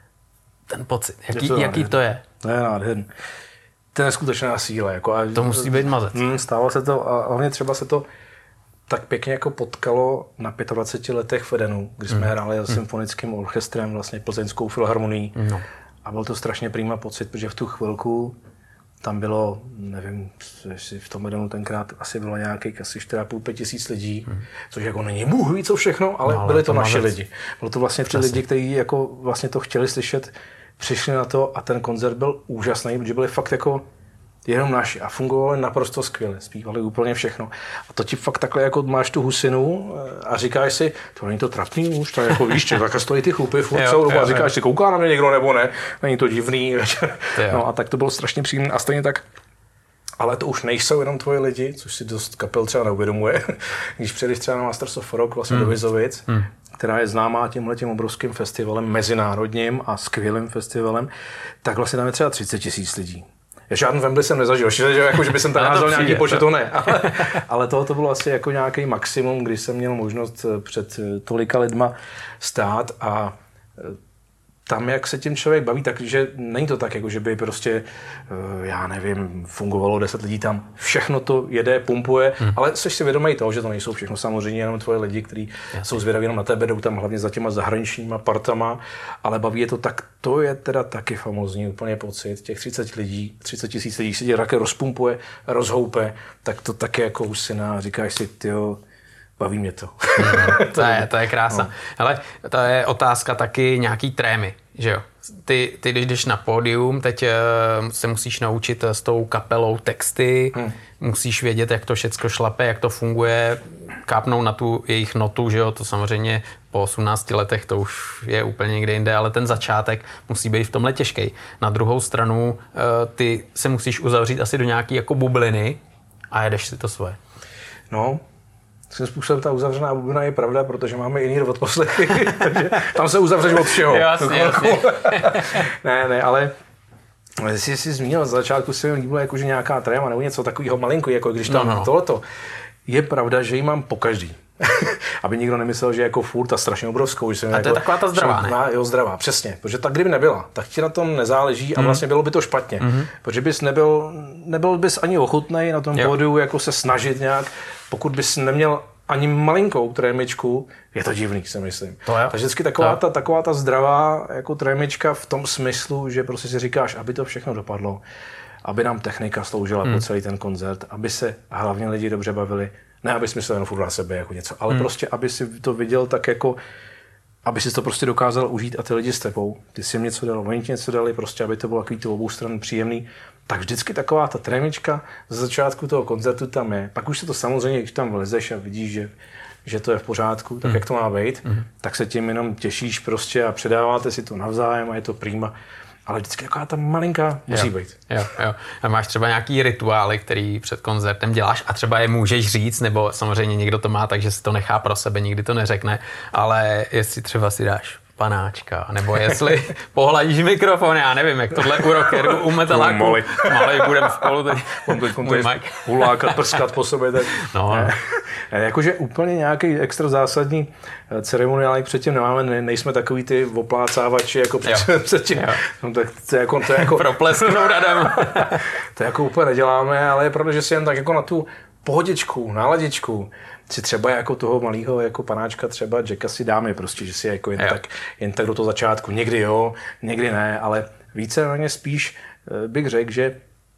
Speaker 1: Ten pocit, jaký, to, jaký to je?
Speaker 2: To je nádherný. To je neskutečná síla. Jako, a,
Speaker 1: to musí být mazec.
Speaker 2: Hmm, stávalo se to a hlavně třeba se to tak pěkně jako potkalo na dvaceti pěti letech v Edenu, kdy jsme hmm. hráli s symfonickým orchestrem, vlastně Plzeňskou filharmonii. No. A byl to strašně prýma pocit, protože v tu chvilku tam bylo, nevím, jestli v tom Edenu tenkrát asi bylo nějakých asi čtyři a půl pět tisíc lidí, hmm. což jako není bůh ví co všechno, ale, no, ale byli to, to naši lidi. Bylo to vlastně ty lidi, kteří jako vlastně to chtěli slyšet, přišli na to a ten koncert byl úžasný, protože byli fakt jako jenom naši a fungovali naprosto skvěle, zpívali úplně všechno. A to ti fakt takhle jako máš tu husinu a říkáš si, to není to trapný už, tak jako víš, tak stojí ty chlupy furt celou dobu a říkáš si, kouká na mě někdo nebo ne, není to divný. No a tak to bylo strašně příjemné a stejně tak, ale to už nejsou jenom tvoji lidi, což si dost kapel třeba neuvědomuje. Když přijedeš třeba na Masters of Rock vlastně hmm. do Vizovic, hmm. která je známá tímhletím obrovským festivalem, mezinárodním a skvělým festivalem, tak vlastně tam je třeba třicet tisíc lidí. Já žádný Wembley jsem nezažil, že, jako, že by jsem tam házel nějaký počet, to ne. Ale, ale to, to bylo asi jako nějaký maximum, kdy jsem měl možnost před tolika lidma stát a tam, jak se tím člověk baví, takže není to tak, jako že by prostě, já nevím, fungovalo deset lidí tam, všechno to jede, pumpuje, hmm. ale jsi si vědomý toho, že to nejsou všechno samozřejmě jenom tvoje lidi, kteří jsou zvědaví jenom na tebe, jdou tam hlavně za těma zahraničníma partama, ale baví je to tak, to je teda taky famózní úplně pocit, těch třicet lidí, třicet tisíc lidí se tě také rozpumpuje, rozhoupe, tak to taky jako husina, říkáš si, tyjo, baví mě to.
Speaker 1: Hmm, to, je, to je krása. No. Hele, to je otázka taky nějaký trémy, že jo? Ty, ty když jdeš na pódium, teď uh, se musíš naučit s tou kapelou texty, hmm. musíš vědět, jak to všecko šlape, jak to funguje, kápnou na tu jejich notu, že jo? To samozřejmě po osmnácti letech to už je úplně někde jinde, ale ten začátek musí být v tomhle těžký. Na druhou stranu uh, ty se musíš uzavřít asi do nějaký jako bubliny a jedeš si to svoje.
Speaker 2: No, svým způsobem ta uzavřená bublina je pravda, protože máme jiný odposlechy, takže tam se uzavřeš od všeho.
Speaker 1: Jasně, jasně.
Speaker 2: ne, ne, ale jestli jsi zmínil, za začátku se mi líbilo jakože nějaká tréma nebo něco takového malinko, jako když tam no, no. tohleto. Je pravda, že ji mám po každý. Aby nikdo nemyslel, že je jako furt a strašně obrovskou. Že
Speaker 1: a to
Speaker 2: jako,
Speaker 1: je taková ta zdravá, ne?
Speaker 2: Jo, zdravá, přesně. Protože tak kdyby nebyla, tak ti na tom nezáleží a vlastně bylo by to špatně. Mm-hmm. Protože bys nebyl, nebyl bys ani ochotnej na tom pódiu jako se snažit nějak, pokud bys neměl ani malinkou trémičku, je to divný, si myslím.
Speaker 1: To je.
Speaker 2: Takže vždycky taková ta, taková ta zdravá jako trémička v tom smyslu, že prostě si říkáš, aby to všechno dopadlo, aby nám technika sloužila mm. po celý ten koncert, aby se hlavně lidi dobře bavili. Ne, aby smyslel jenom furt na sebe jako něco, ale hmm. prostě, aby si to viděl tak jako, aby si to prostě dokázal užít a ty lidi s tebou. Ty si jim něco dal, oni ti něco dali, prostě, aby to bylo takový to obou stran příjemný. Tak vždycky taková ta trémička ze začátku toho koncertu tam je. Pak už se to samozřejmě, když tam vlezeš a vidíš, že, že to je v pořádku, tak hmm. jak to má být, hmm. tak se tím jenom těšíš prostě a předáváte si to navzájem a je to prýma. Ale vždycky jaká ta malinká musí
Speaker 1: jo,
Speaker 2: být.
Speaker 1: Jo, jo. A máš třeba nějaký rituály, který před koncertem děláš a třeba je můžeš říct, nebo samozřejmě někdo to má, takže si to nechá pro sebe, nikdy to neřekne, ale jestli třeba si dáš panáčka, nebo jestli pohladíš mikrofon, já nevím, jak tohle u rockerů, u metaláků.
Speaker 2: Malej.
Speaker 1: Malej, budeme spolu teď.
Speaker 2: Můj Mike. Hulákat, prskat po sobě. Tak. No. Ne, jakože úplně nějaký extra zásadní ceremoniál předtím nemáme, ne, nejsme takový ty oplácávači jako před, předtím. No, tak to je jako... To je jako
Speaker 1: proplesknou radem.
Speaker 2: To jako úplně neděláme, ale je pravda, že si jen tak jako na tu pohodičku, náladičku, si třeba jako toho malého jako panáčka třeba Jacka si dáme prostě, že si jako jen, tak, jen tak do toho začátku. Někdy jo, někdy ne, ale více na ně spíš bych řekl, že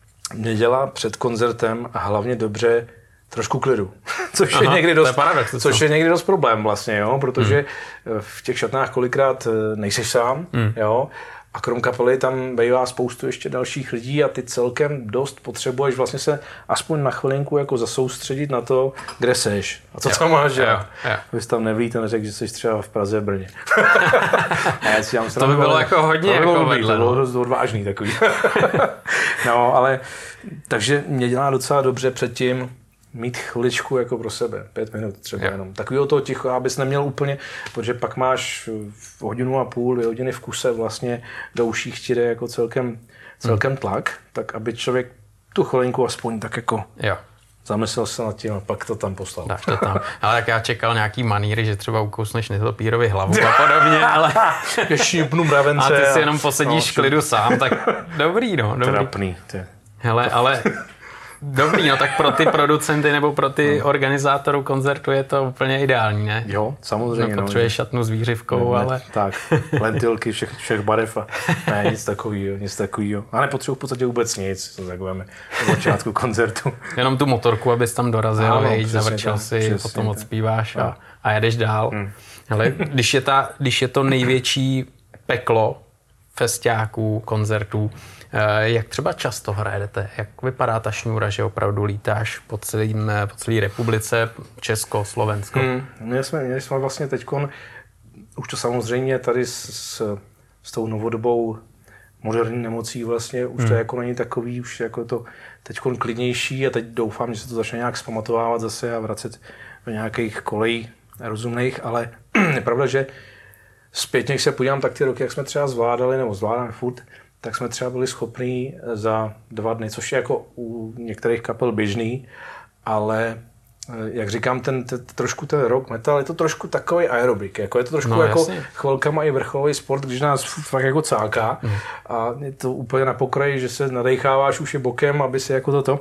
Speaker 2: mě dělá před koncertem a hlavně dobře trošku klidu. Což, Aha, je, někdy dost, je paradox, což je někdy dost problém vlastně, jo, protože hmm. v těch šatnách kolikrát nejseš sám, hmm. jo, a krom kapely tam bývá spoustu ještě dalších lidí a ty celkem dost potřebuješ vlastně se aspoň na chvilinku jako zasoustředit na to, kde seš a co jo, tam máš dělat. Vy jsi tam nevíte, neřekl, že jsi třeba v Praze, v Brně.
Speaker 1: To by bylo jako hodně
Speaker 2: to by bylo
Speaker 1: jako
Speaker 2: blbý, to bylo dost odvážný takový. No, ale takže mě dělá docela dobře předtím mít chviličku jako pro sebe, pět minut třeba jo. jenom. Takového toho ticho, abys neměl úplně, protože pak máš hodinu a půl, dvě hodiny v kuse vlastně do uších ti jde jako celkem, celkem tlak, tak aby člověk tu chvilinku aspoň tak jako
Speaker 1: jo.
Speaker 2: zamyslel se nad tím a pak to tam poslal.
Speaker 1: Dáš to tam. Ale tak já čekal nějaký maníry, že třeba ukousneš netopírovi hlavu a podobně, ale...
Speaker 2: Šípnu mravence.
Speaker 1: A ty si jenom posedíš v klidu sám, tak dobrý, no. Dobrý.
Speaker 2: Trapný. Ty.
Speaker 1: Hele, ale... Dobrý, no tak pro ty producenty nebo pro ty no. organizátorů koncertu je to úplně ideální, ne?
Speaker 2: Jo, samozřejmě.
Speaker 1: No, potřebuješ šatnu s výřivkou,
Speaker 2: ne,
Speaker 1: ale...
Speaker 2: Tak, lentilky všech, všech barev a ne, nic takovýho, nic takovýho. A nepotřebuji v podstatě vůbec nic, to takujeme na začátku koncertu.
Speaker 1: Jenom tu motorku, abys tam dorazil, ano, hej, zavrčel si, přesně, potom odspíváš a, a jedeš dál. Hmm. Hele, když je, ta, když je to největší peklo festiáků, koncertů, jak třeba často hrajete? Jak vypadá ta šňůra, že opravdu lítáš po, celým, po celé republice, Česko, Slovensko?
Speaker 2: Hmm. Měli, jsme, měli jsme vlastně teďkon, už to samozřejmě tady s, s, s tou novodobou moderní nemocí vlastně, už hmm. to jako není takový, už jako to teďkon klidnější a teď doufám, že se to začne nějak zpamatovávat zase a vracet do nějakých kolejí rozumných, ale je pravda, že zpětně, když se podívám, tak ty roky, jak jsme třeba zvládali, nebo zvládáme furt, tak jsme třeba byli schopní za dva dny, což je jako u některých kapel běžný, ale jak říkám, ten, ten trošku ten rock metal, je to trošku takový aerobik, jako je to trošku no, jako chvilkama i vrcholový sport, když nás fakt jako cáká mm. a je to úplně na pokraji, že se nadecháváš už i bokem, aby si jako toto,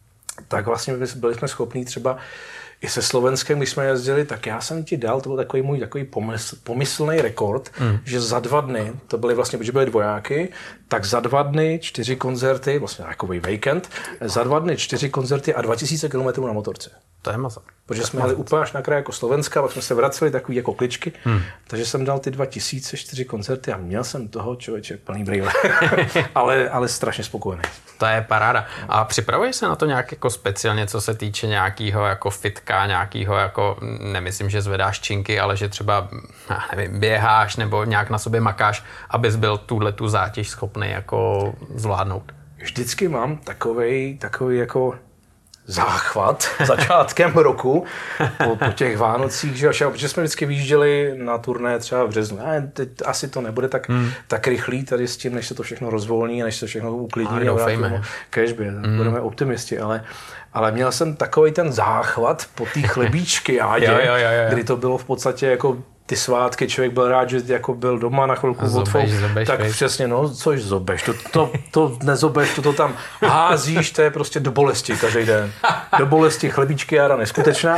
Speaker 2: tak vlastně byli jsme schopní třeba i se Slovenskem, když jsme jezdili, tak já jsem ti dal, to byl takový můj takový pomysl, pomyslný rekord, mm. že za dva dny, to byly vlastně, protože byly dvojáky, tak za dva dny čtyři koncerty, vlastně takový víkend, za dva dny čtyři koncerty a dva tisíce kilometrů na motorce.
Speaker 1: To je maza.
Speaker 2: Protože jsme jeli úplně až na kraj jako Slovenska, pak jsme se vraceli takový jako kličky, hmm. takže jsem dal ty dva tisíce čtyři koncerty a měl jsem toho člověče plný brýle. ale, ale strašně spokojený.
Speaker 1: To je paráda. A připravuješ se na to nějak jako speciálně, co se týče nějakého jako fitka, nějakého jako, nemyslím, že zvedáš činky, ale že třeba, nevím, běháš nebo nějak na sobě makáš, abys byl tuhle tu zátěž schopný jako zvládnout?
Speaker 2: Vždycky mám takovej, takový jako záchvat začátkem roku po, po těch Vánocích, že, protože jsme vždycky vyjížděli na turné třeba v březnu. A teď asi to nebude tak, hmm. tak rychlý tady s tím, než se to všechno rozvolní, než se to všechno uklidní.
Speaker 1: A doufejme.
Speaker 2: Kežby, hmm. budeme optimisti, ale, ale měl jsem takový ten záchvat po té chlebíčky ádě, jo, jo, jo, jo. kdy to bylo v podstatě jako ty svátky, člověk byl rád, že jako byl doma na chvilku
Speaker 1: zobeš, zobeš,
Speaker 2: tak
Speaker 1: vej.
Speaker 2: Přesně, no, což zobeš, to, to, to nezobeš, to, to tam házíš, to je prostě do bolesti každý den. Do bolesti chlebíčky jára neskutečná.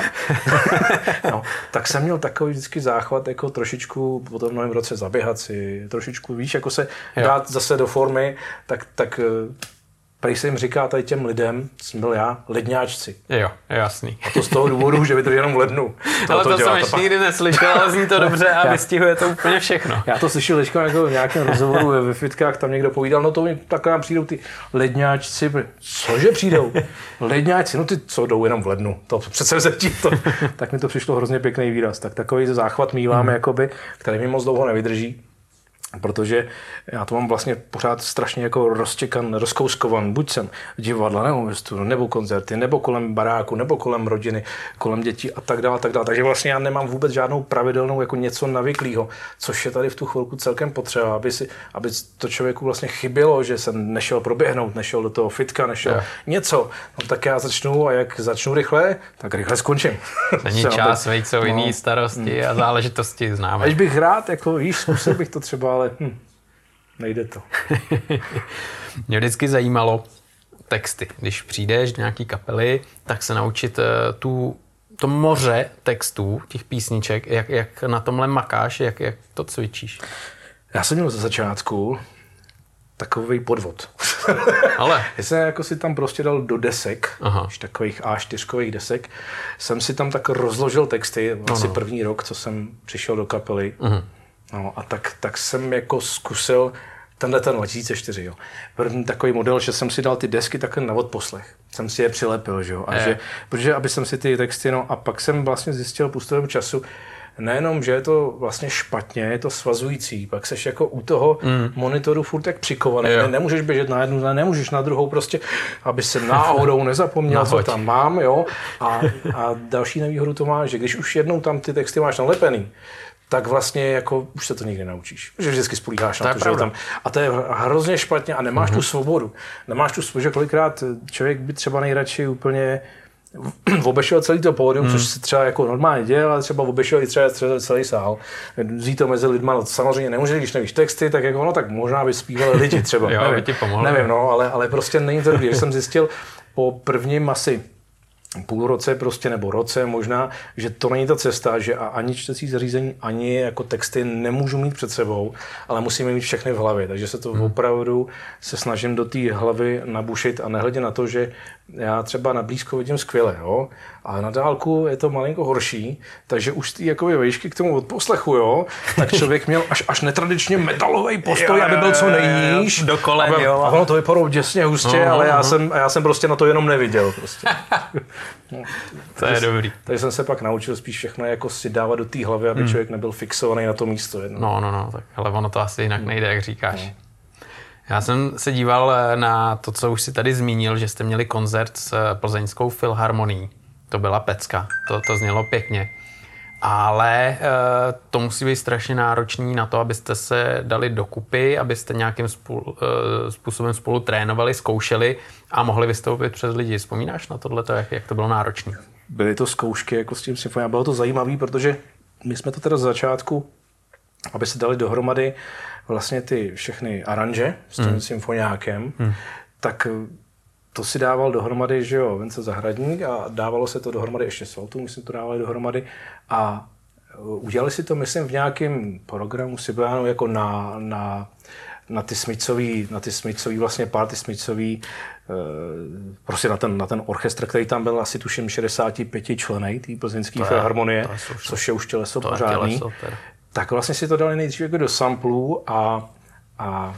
Speaker 2: No, tak jsem měl takový vždycky záchvat, jako trošičku po tom novém roce zaběhat si, trošičku, víš, jako se jo. dát zase do formy, tak, tak prej se jim říká tady těm lidem, jsem byl já, ledňáčci.
Speaker 1: Jo, jasný.
Speaker 2: A to z toho důvodu, že vydrží jenom v lednu.
Speaker 1: To ale to, to jsem ještě nikdy neslyšel, ale zní to dobře a vystihuje to úplně všechno.
Speaker 2: Já to slyšel teďka jako v nějakém rozhovoru ve fitkách, tam někdo povídal, no to mi tak nám přijdou ty ledňáčci. Cože přijdou? Ledňáčci, no ty co jdou jenom v lednu. To přece vzeptí to. Tak mi to přišlo hrozně pěkný výraz. Tak takový záchvat míváme, hmm. jakoby, který mi moc dlouho nevydrží. Protože já to mám vlastně pořád strašně jako rozčekan, rozkouskovan. Buď jsem v divadle, nebo městu, nebo koncerty, nebo kolem baráku, nebo kolem rodiny, kolem dětí a tak dále, tak dále. Takže vlastně já nemám vůbec žádnou pravidelnou jako něco navyklého, což je tady v tu chvilku celkem potřeba, aby, si, aby to člověku vlastně chybělo, že jsem nešel proběhnout, nešel do toho fitka, nešel yeah. něco. No tak já začnu a jak začnu rychle, tak rychle skončím.
Speaker 1: Není čas, veď jsou jiný no. starosti a záležitosti známe.
Speaker 2: Až bych rád, jako víš, zkusil bych to třeba, ale hm, nejde to.
Speaker 1: Mě vždycky zajímalo texty. Když přijdeš do nějaký kapely, tak se naučit uh, tu, to moře textů, těch písniček, jak, jak na tomhle makáš, jak, jak to cvičíš.
Speaker 2: Já jsem měl ze začátku takový podvod.
Speaker 1: Ale?
Speaker 2: Já jsem jako si tam prostě dal do desek, takových á čtyřkových desek, jsem si tam tak rozložil texty, asi no, no. první rok, co jsem přišel do kapely. Uh-huh. No a tak, tak jsem jako zkusil tenhle ten dva tisíce čtyři, jo. První takový model, že jsem si dal ty desky takhle na odposlech. Jsem si je přilepil, že jo. A že, protože aby jsem si ty texty, no a pak jsem vlastně zjistil postupem času, nejenom, že je to vlastně špatně, je to svazující, pak seš jako u toho mm. monitoru furt jak přikovaný, ne, nemůžeš běžet na jednu, nemůžeš na druhou, prostě, aby se náhodou nezapomněl, co tam mám, jo. A, a další nevýhodu to má, že když už jednou tam ty texty máš nalepený, tak vlastně jako už se to nikdy naučíš. Že vždycky spolíháš na to,
Speaker 1: to
Speaker 2: že tam. A to je hrozně špatně a nemáš mm-hmm. tu svobodu. Nemáš tu svobodu, že kolikrát člověk by třeba nejradši úplně obešel celý to pódium, mm. což se třeba jako normálně dělá, ale třeba obešel i třeba celý sál. Vzít to mezi lidma, no samozřejmě nemůže, když nevíš texty, tak jako no, tak možná by zpívali lidi třeba.
Speaker 1: Jo,
Speaker 2: nevím,
Speaker 1: by ti pomohlo.
Speaker 2: Nevím, no, ale, ale prostě není to dobrý. Když jsem zjistil po prvním asi půl roce prostě, nebo roce možná, že to není ta cesta, že ani čtecí zařízení, ani jako texty nemůžu mít před sebou, ale musíme mít všechny v hlavě. Takže se to hmm. opravdu se snažím do té hlavy nabušit a nehledě na to, že já třeba na blízko vidím skvěle, jo, ale na dálku je to malinko horší, takže už ty jakoby výšky k tomu odposlechu, jo, tak člověk měl až, až netradičně metalový postoj, jo, aby byl co nejníž.
Speaker 1: Do kolen,
Speaker 2: aby,
Speaker 1: jo.
Speaker 2: A ono to vypadalo děsně hustě, no, ale já, no. jsem, já jsem prostě na to jenom neviděl. Prostě. No,
Speaker 1: to je
Speaker 2: takže,
Speaker 1: dobrý.
Speaker 2: Takže jsem se pak naučil spíš všechno jako si dávat do té hlavy, aby hmm. člověk nebyl fixovaný na to místo. Jedno.
Speaker 1: No, no, no, tak ale ono to asi jinak nejde, jak říkáš. No. Já jsem se díval na to, co už si tady zmínil, že jste měli koncert s Plzeňskou filharmonií. To byla pecka, to, to znělo pěkně. Ale e, to musí být strašně náročný na to, abyste se dali dokupy, abyste nějakým spolu, e, způsobem spolu trénovali, zkoušeli a mohli vystoupit před lidi. Vzpomínáš na tohleto, jak, jak to bylo náročné?
Speaker 2: Byly to zkoušky jako s tím symfonií. Bylo to zajímavé, protože my jsme to teda z začátku, aby se dali dohromady vlastně ty všechny aranže s tím hmm. symfoniákem, hmm. tak to si dával dohromady, že jo, Vence Zahradník a dávalo se to dohromady ještě s Valtou, myslím, to dávali dohromady a udělali si to, myslím, v nějakém programu Sibiánu jako na, na, na ty smicový, na ty smicový vlastně party smicový, prostě na ten, na ten orchestr, který tam byl asi tuším šedesát pět členej té plzeňské filharmonie, což je už těleso
Speaker 1: to
Speaker 2: pořádný.
Speaker 1: Těleso,
Speaker 2: tak vlastně si to dali nejdřív jako do samplů a, a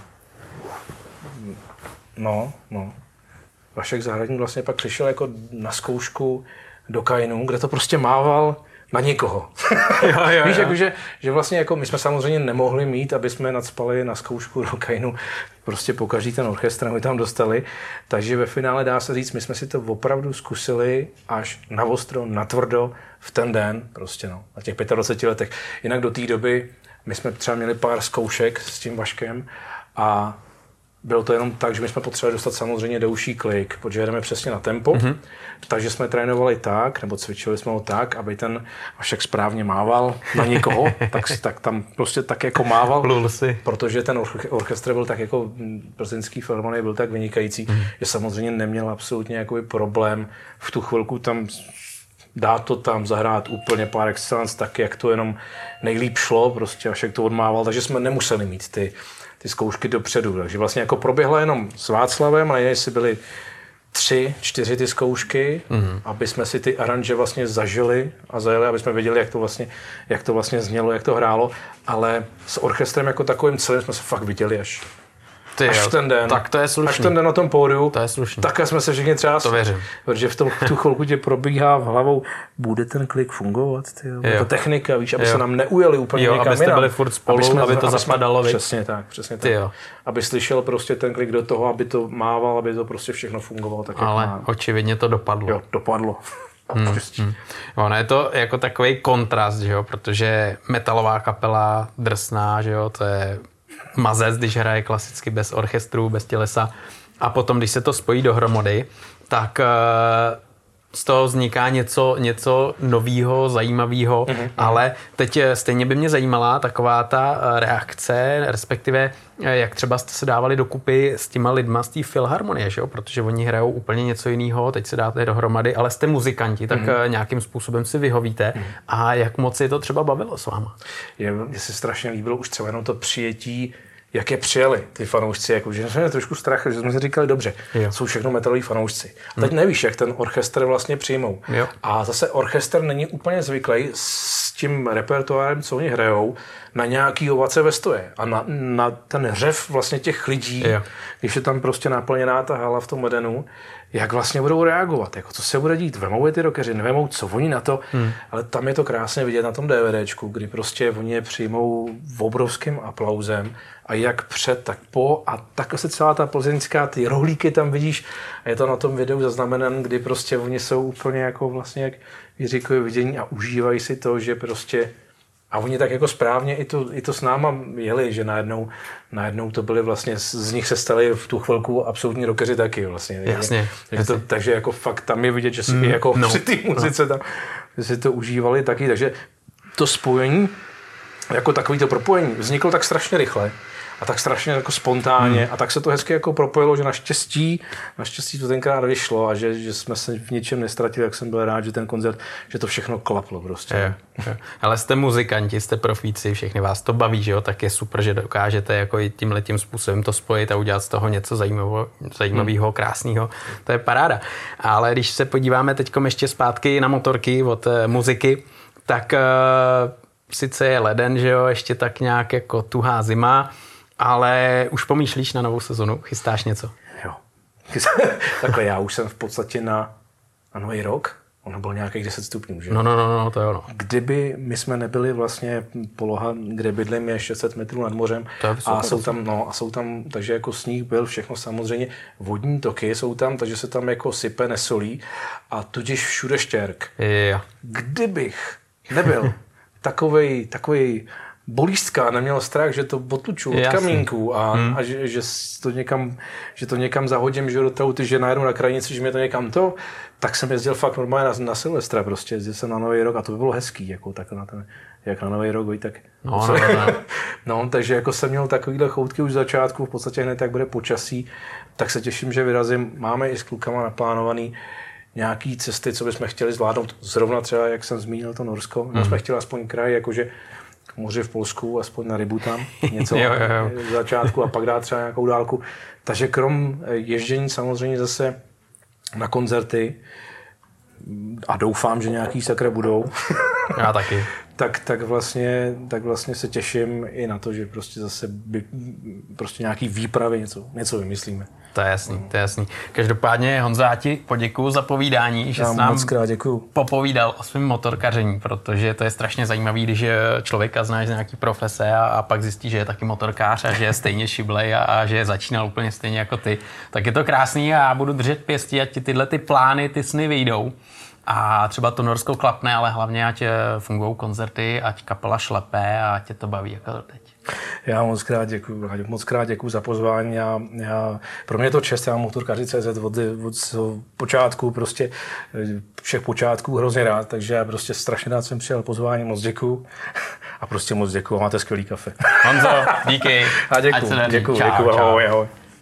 Speaker 2: no, no. Vašek Zahradník vlastně pak přišel jako na zkoušku do Kainu, kde to prostě mával na někoho.
Speaker 1: Jo, jo,
Speaker 2: Víš,
Speaker 1: jo.
Speaker 2: jako, že, že vlastně jako my jsme samozřejmě nemohli mít, aby jsme nacpali na zkoušku do Kainu prostě pokaždý ten orchestr, my tam dostali. Takže ve finále dá se říct, my jsme si to opravdu zkusili až na ostro, na tvrdo v ten den, prostě no, na těch dvaceti pěti letech. Jinak do té doby my jsme třeba měli pár zkoušek s tím Vaškem a bylo to jenom tak, že my jsme potřebovali dostat samozřejmě douší klik, protože jdeme přesně na tempo, mm-hmm. takže jsme trénovali tak, nebo cvičili jsme ho tak, aby ten Vašek správně mával na někoho, tak, tak tam prostě tak jako mával, protože ten orchestr byl tak jako plzeňský filharmonie byl tak vynikající, mm-hmm. že samozřejmě neměl absolutně jakoby problém v tu chvilku tam dát to tam, zahrát úplně par excellence, tak jak to jenom nejlíp šlo, prostě Vašek to odmával, takže jsme nemuseli mít ty ty zkoušky dopředu. Takže vlastně jako proběhla jenom s Václavem, ale jestli byly tři, čtyři ty zkoušky, mm-hmm. aby jsme si ty aranže vlastně zažili a zajeli, aby jsme věděli, jak to vlastně, jak to vlastně znělo, jak to hrálo, ale s orchestrem jako takovým celým jsme se fakt viděli až,
Speaker 1: Ty
Speaker 2: až
Speaker 1: jo,
Speaker 2: ten den.
Speaker 1: Tak to je slušný.
Speaker 2: Až ten den na tom pódiu.
Speaker 1: To je slušný.
Speaker 2: Tak jsme se všichni třeba...
Speaker 1: To věřím.
Speaker 2: Protože v, tom, v tu chvilku tě probíhá v hlavou, bude ten klik fungovat, tyjo. Ta technika, víš, aby jo. se nám neujeli úplně
Speaker 1: jo,
Speaker 2: někam
Speaker 1: abyste
Speaker 2: jinam.
Speaker 1: byli furt spolu, aby, jsme, aby to aby zapadalo.
Speaker 2: Jsme, přesně tak, přesně tak.
Speaker 1: Jo.
Speaker 2: Aby slyšel prostě ten klik do toho, aby to mával, aby to prostě všechno fungovalo tak,
Speaker 1: ale
Speaker 2: jak má.
Speaker 1: očividně to dopadlo.
Speaker 2: Jo, dopadlo.
Speaker 1: Hmm, hmm. Ono je to jako takový kontrast, že jo, protože metalová kapela drsná, že jo, to je mazec, když hraje klasicky bez orchestru, bez tělesa. A potom, když se to spojí dohromady, tak z toho vzniká něco, něco novýho, zajímavého, mm-hmm. ale teď stejně by mě zajímala taková ta reakce, respektive jak třeba jste se dávali dokupy s těma lidma z té filharmonie, že jo? Protože oni hrajou úplně něco jiného, teď se dáte dohromady, ale jste muzikanti, tak mm-hmm. nějakým způsobem si vyhovíte. Mm-hmm. A jak moc je to třeba bavilo s váma? Mně
Speaker 2: se strašně líbilo už třeba jenom to přijetí, jak je přijeli ty fanoušci, jako, že jsme měli trošku strach, že jsme si říkali, dobře, jo. jsou všechno metaloví fanoušci. A teď hmm. nevíš, jak ten orchestr vlastně přijmou.
Speaker 1: Jo.
Speaker 2: A zase orchestr není úplně zvyklý s tím repertoárem, co oni hrajou, na nějaký ovace ve stoje. A na, na ten řev vlastně těch lidí, jo. když je tam prostě naplněná ta hala v tom Edenu, jak vlastně budou reagovat, jako co se bude dít, vemou je ty rockeři, nevemou, co oni na to, hmm. ale tam je to krásně vidět na tom DVDčku, kdy prostě oni je přijmou obrovským aplauzem a jak před, tak po a takhle se celá ta plzeňská, ty rohlíky tam vidíš a je to na tom videu zaznamenan, kdy prostě oni jsou úplně jako vlastně jak Jiříkovi vidění a užívají si to, že prostě A oni tak jako správně i to, i to s náma jeli, že najednou, najednou to byli vlastně, z nich se stali v tu chvilku absolutní rockeři taky vlastně.
Speaker 1: Jasně.
Speaker 2: Takže,
Speaker 1: jasně.
Speaker 2: to, takže jako fakt tam je vidět, že si mm, jako
Speaker 1: no,
Speaker 2: při té muzice
Speaker 1: no.
Speaker 2: tam, že si to užívali taky, takže to spojení, jako takový to propojení vzniklo tak strašně rychle a tak strašně jako spontánně hmm. a tak se to hezky jako propojilo, že naštěstí, naštěstí to tenkrát vyšlo a že, že jsme se v ničem nestratili, jak jsem byl rád, že ten koncert, že to všechno klaplo prostě.
Speaker 1: Je, je. Ale jste muzikanti, jste profíci, všechny vás to baví, že jo, tak je super, že dokážete jako i tímhletím způsobem to spojit a udělat z toho něco zajímavého, zajímavého, hmm. krásného. To je paráda. Ale když se podíváme teďkom ještě zpátky na motorky od uh, muziky, tak uh, sice je leden, že jo, ještě tak nějak jako tuhá zima, ale už pomýšlíš na novou sezonu? Chystáš něco?
Speaker 2: Jo. Takhle já už jsem v podstatě na, na nový rok. Ono bylo nějakých deset stupňů, že?
Speaker 1: No, no, no, no, to je ono.
Speaker 2: Kdyby my jsme nebyli vlastně, poloha, kde bydlím, je šest set metrů nad mořem a jsou tam, no, a jsou tam, takže jako sníh byl, všechno samozřejmě, vodní toky jsou tam, takže se tam jako sype, nesolí a tudíž všude štěrk.
Speaker 1: Jo.
Speaker 2: Kdybych nebyl takovej, takovej bolístka, neměl strach, že to potluču od kamínků a, hmm. a že, že, to někam, že to někam zahodím, že do toho, že najedu na krajnici, že mě to někam to, tak jsem jezdil fakt normálně na, na Silvestra prostě, jezdil jsem na Nový rok a to by bylo hezký, jako tak na ten, jak na Nový rok, tak...
Speaker 1: No, no, no.
Speaker 2: no, takže jako jsem měl takovýhle choutky už z začátku, v podstatě hned jak bude počasí, tak se těším, že vyrazím, máme i s klukama naplánovaný nějaký cesty, co bychom chtěli zvládnout, zrovna třeba, jak jsem zmínil to Norsko, hmm. no, jsme chtěli aspoň kraj, jakože k moři v Polsku, aspoň na rybu tam, něco
Speaker 1: jo, jo, jo.
Speaker 2: v začátku a pak dát třeba nějakou dálku. Takže krom ježdění samozřejmě zase na koncerty a doufám, že nějaký sakra budou.
Speaker 1: Já taky.
Speaker 2: tak, tak, vlastně, tak vlastně se těším i na to, že prostě zase by, prostě nějaký výpravy něco, něco vymyslíme.
Speaker 1: To je jasný, to je jasný. Každopádně Honzo, já ti poděkuju za povídání, že jsi nám popovídal o svém motorkaření, protože to je strašně zajímavý, když člověka znáš z nějaký profese a, a pak zjistí, že je taky motorkář a že je stejně šiblej a, a že je začínal úplně stejně jako ty. Tak je to krásný a já budu držet pěstí, ať ti tyhle ty plány, ty sny vyjdou. A třeba to Norsko klapne, ale hlavně ať fungují koncerty, ať kapela šlepe a ať tě to baví jako teď.
Speaker 2: Já moc krát děkuju, moc krát děkuju za pozvání. Já, já, pro mě je to čest, já mám motorkaři tečka cé zet od, od, od počátku, prostě všech počátků hrozně rád, takže já prostě strašně rád jsem přijal pozvání, moc děkuju a prostě moc děkuju, máte skvělý kafe.
Speaker 1: Honzo, díky.
Speaker 2: A děkuju, děkuju, děkuju, ahoj, ahoj.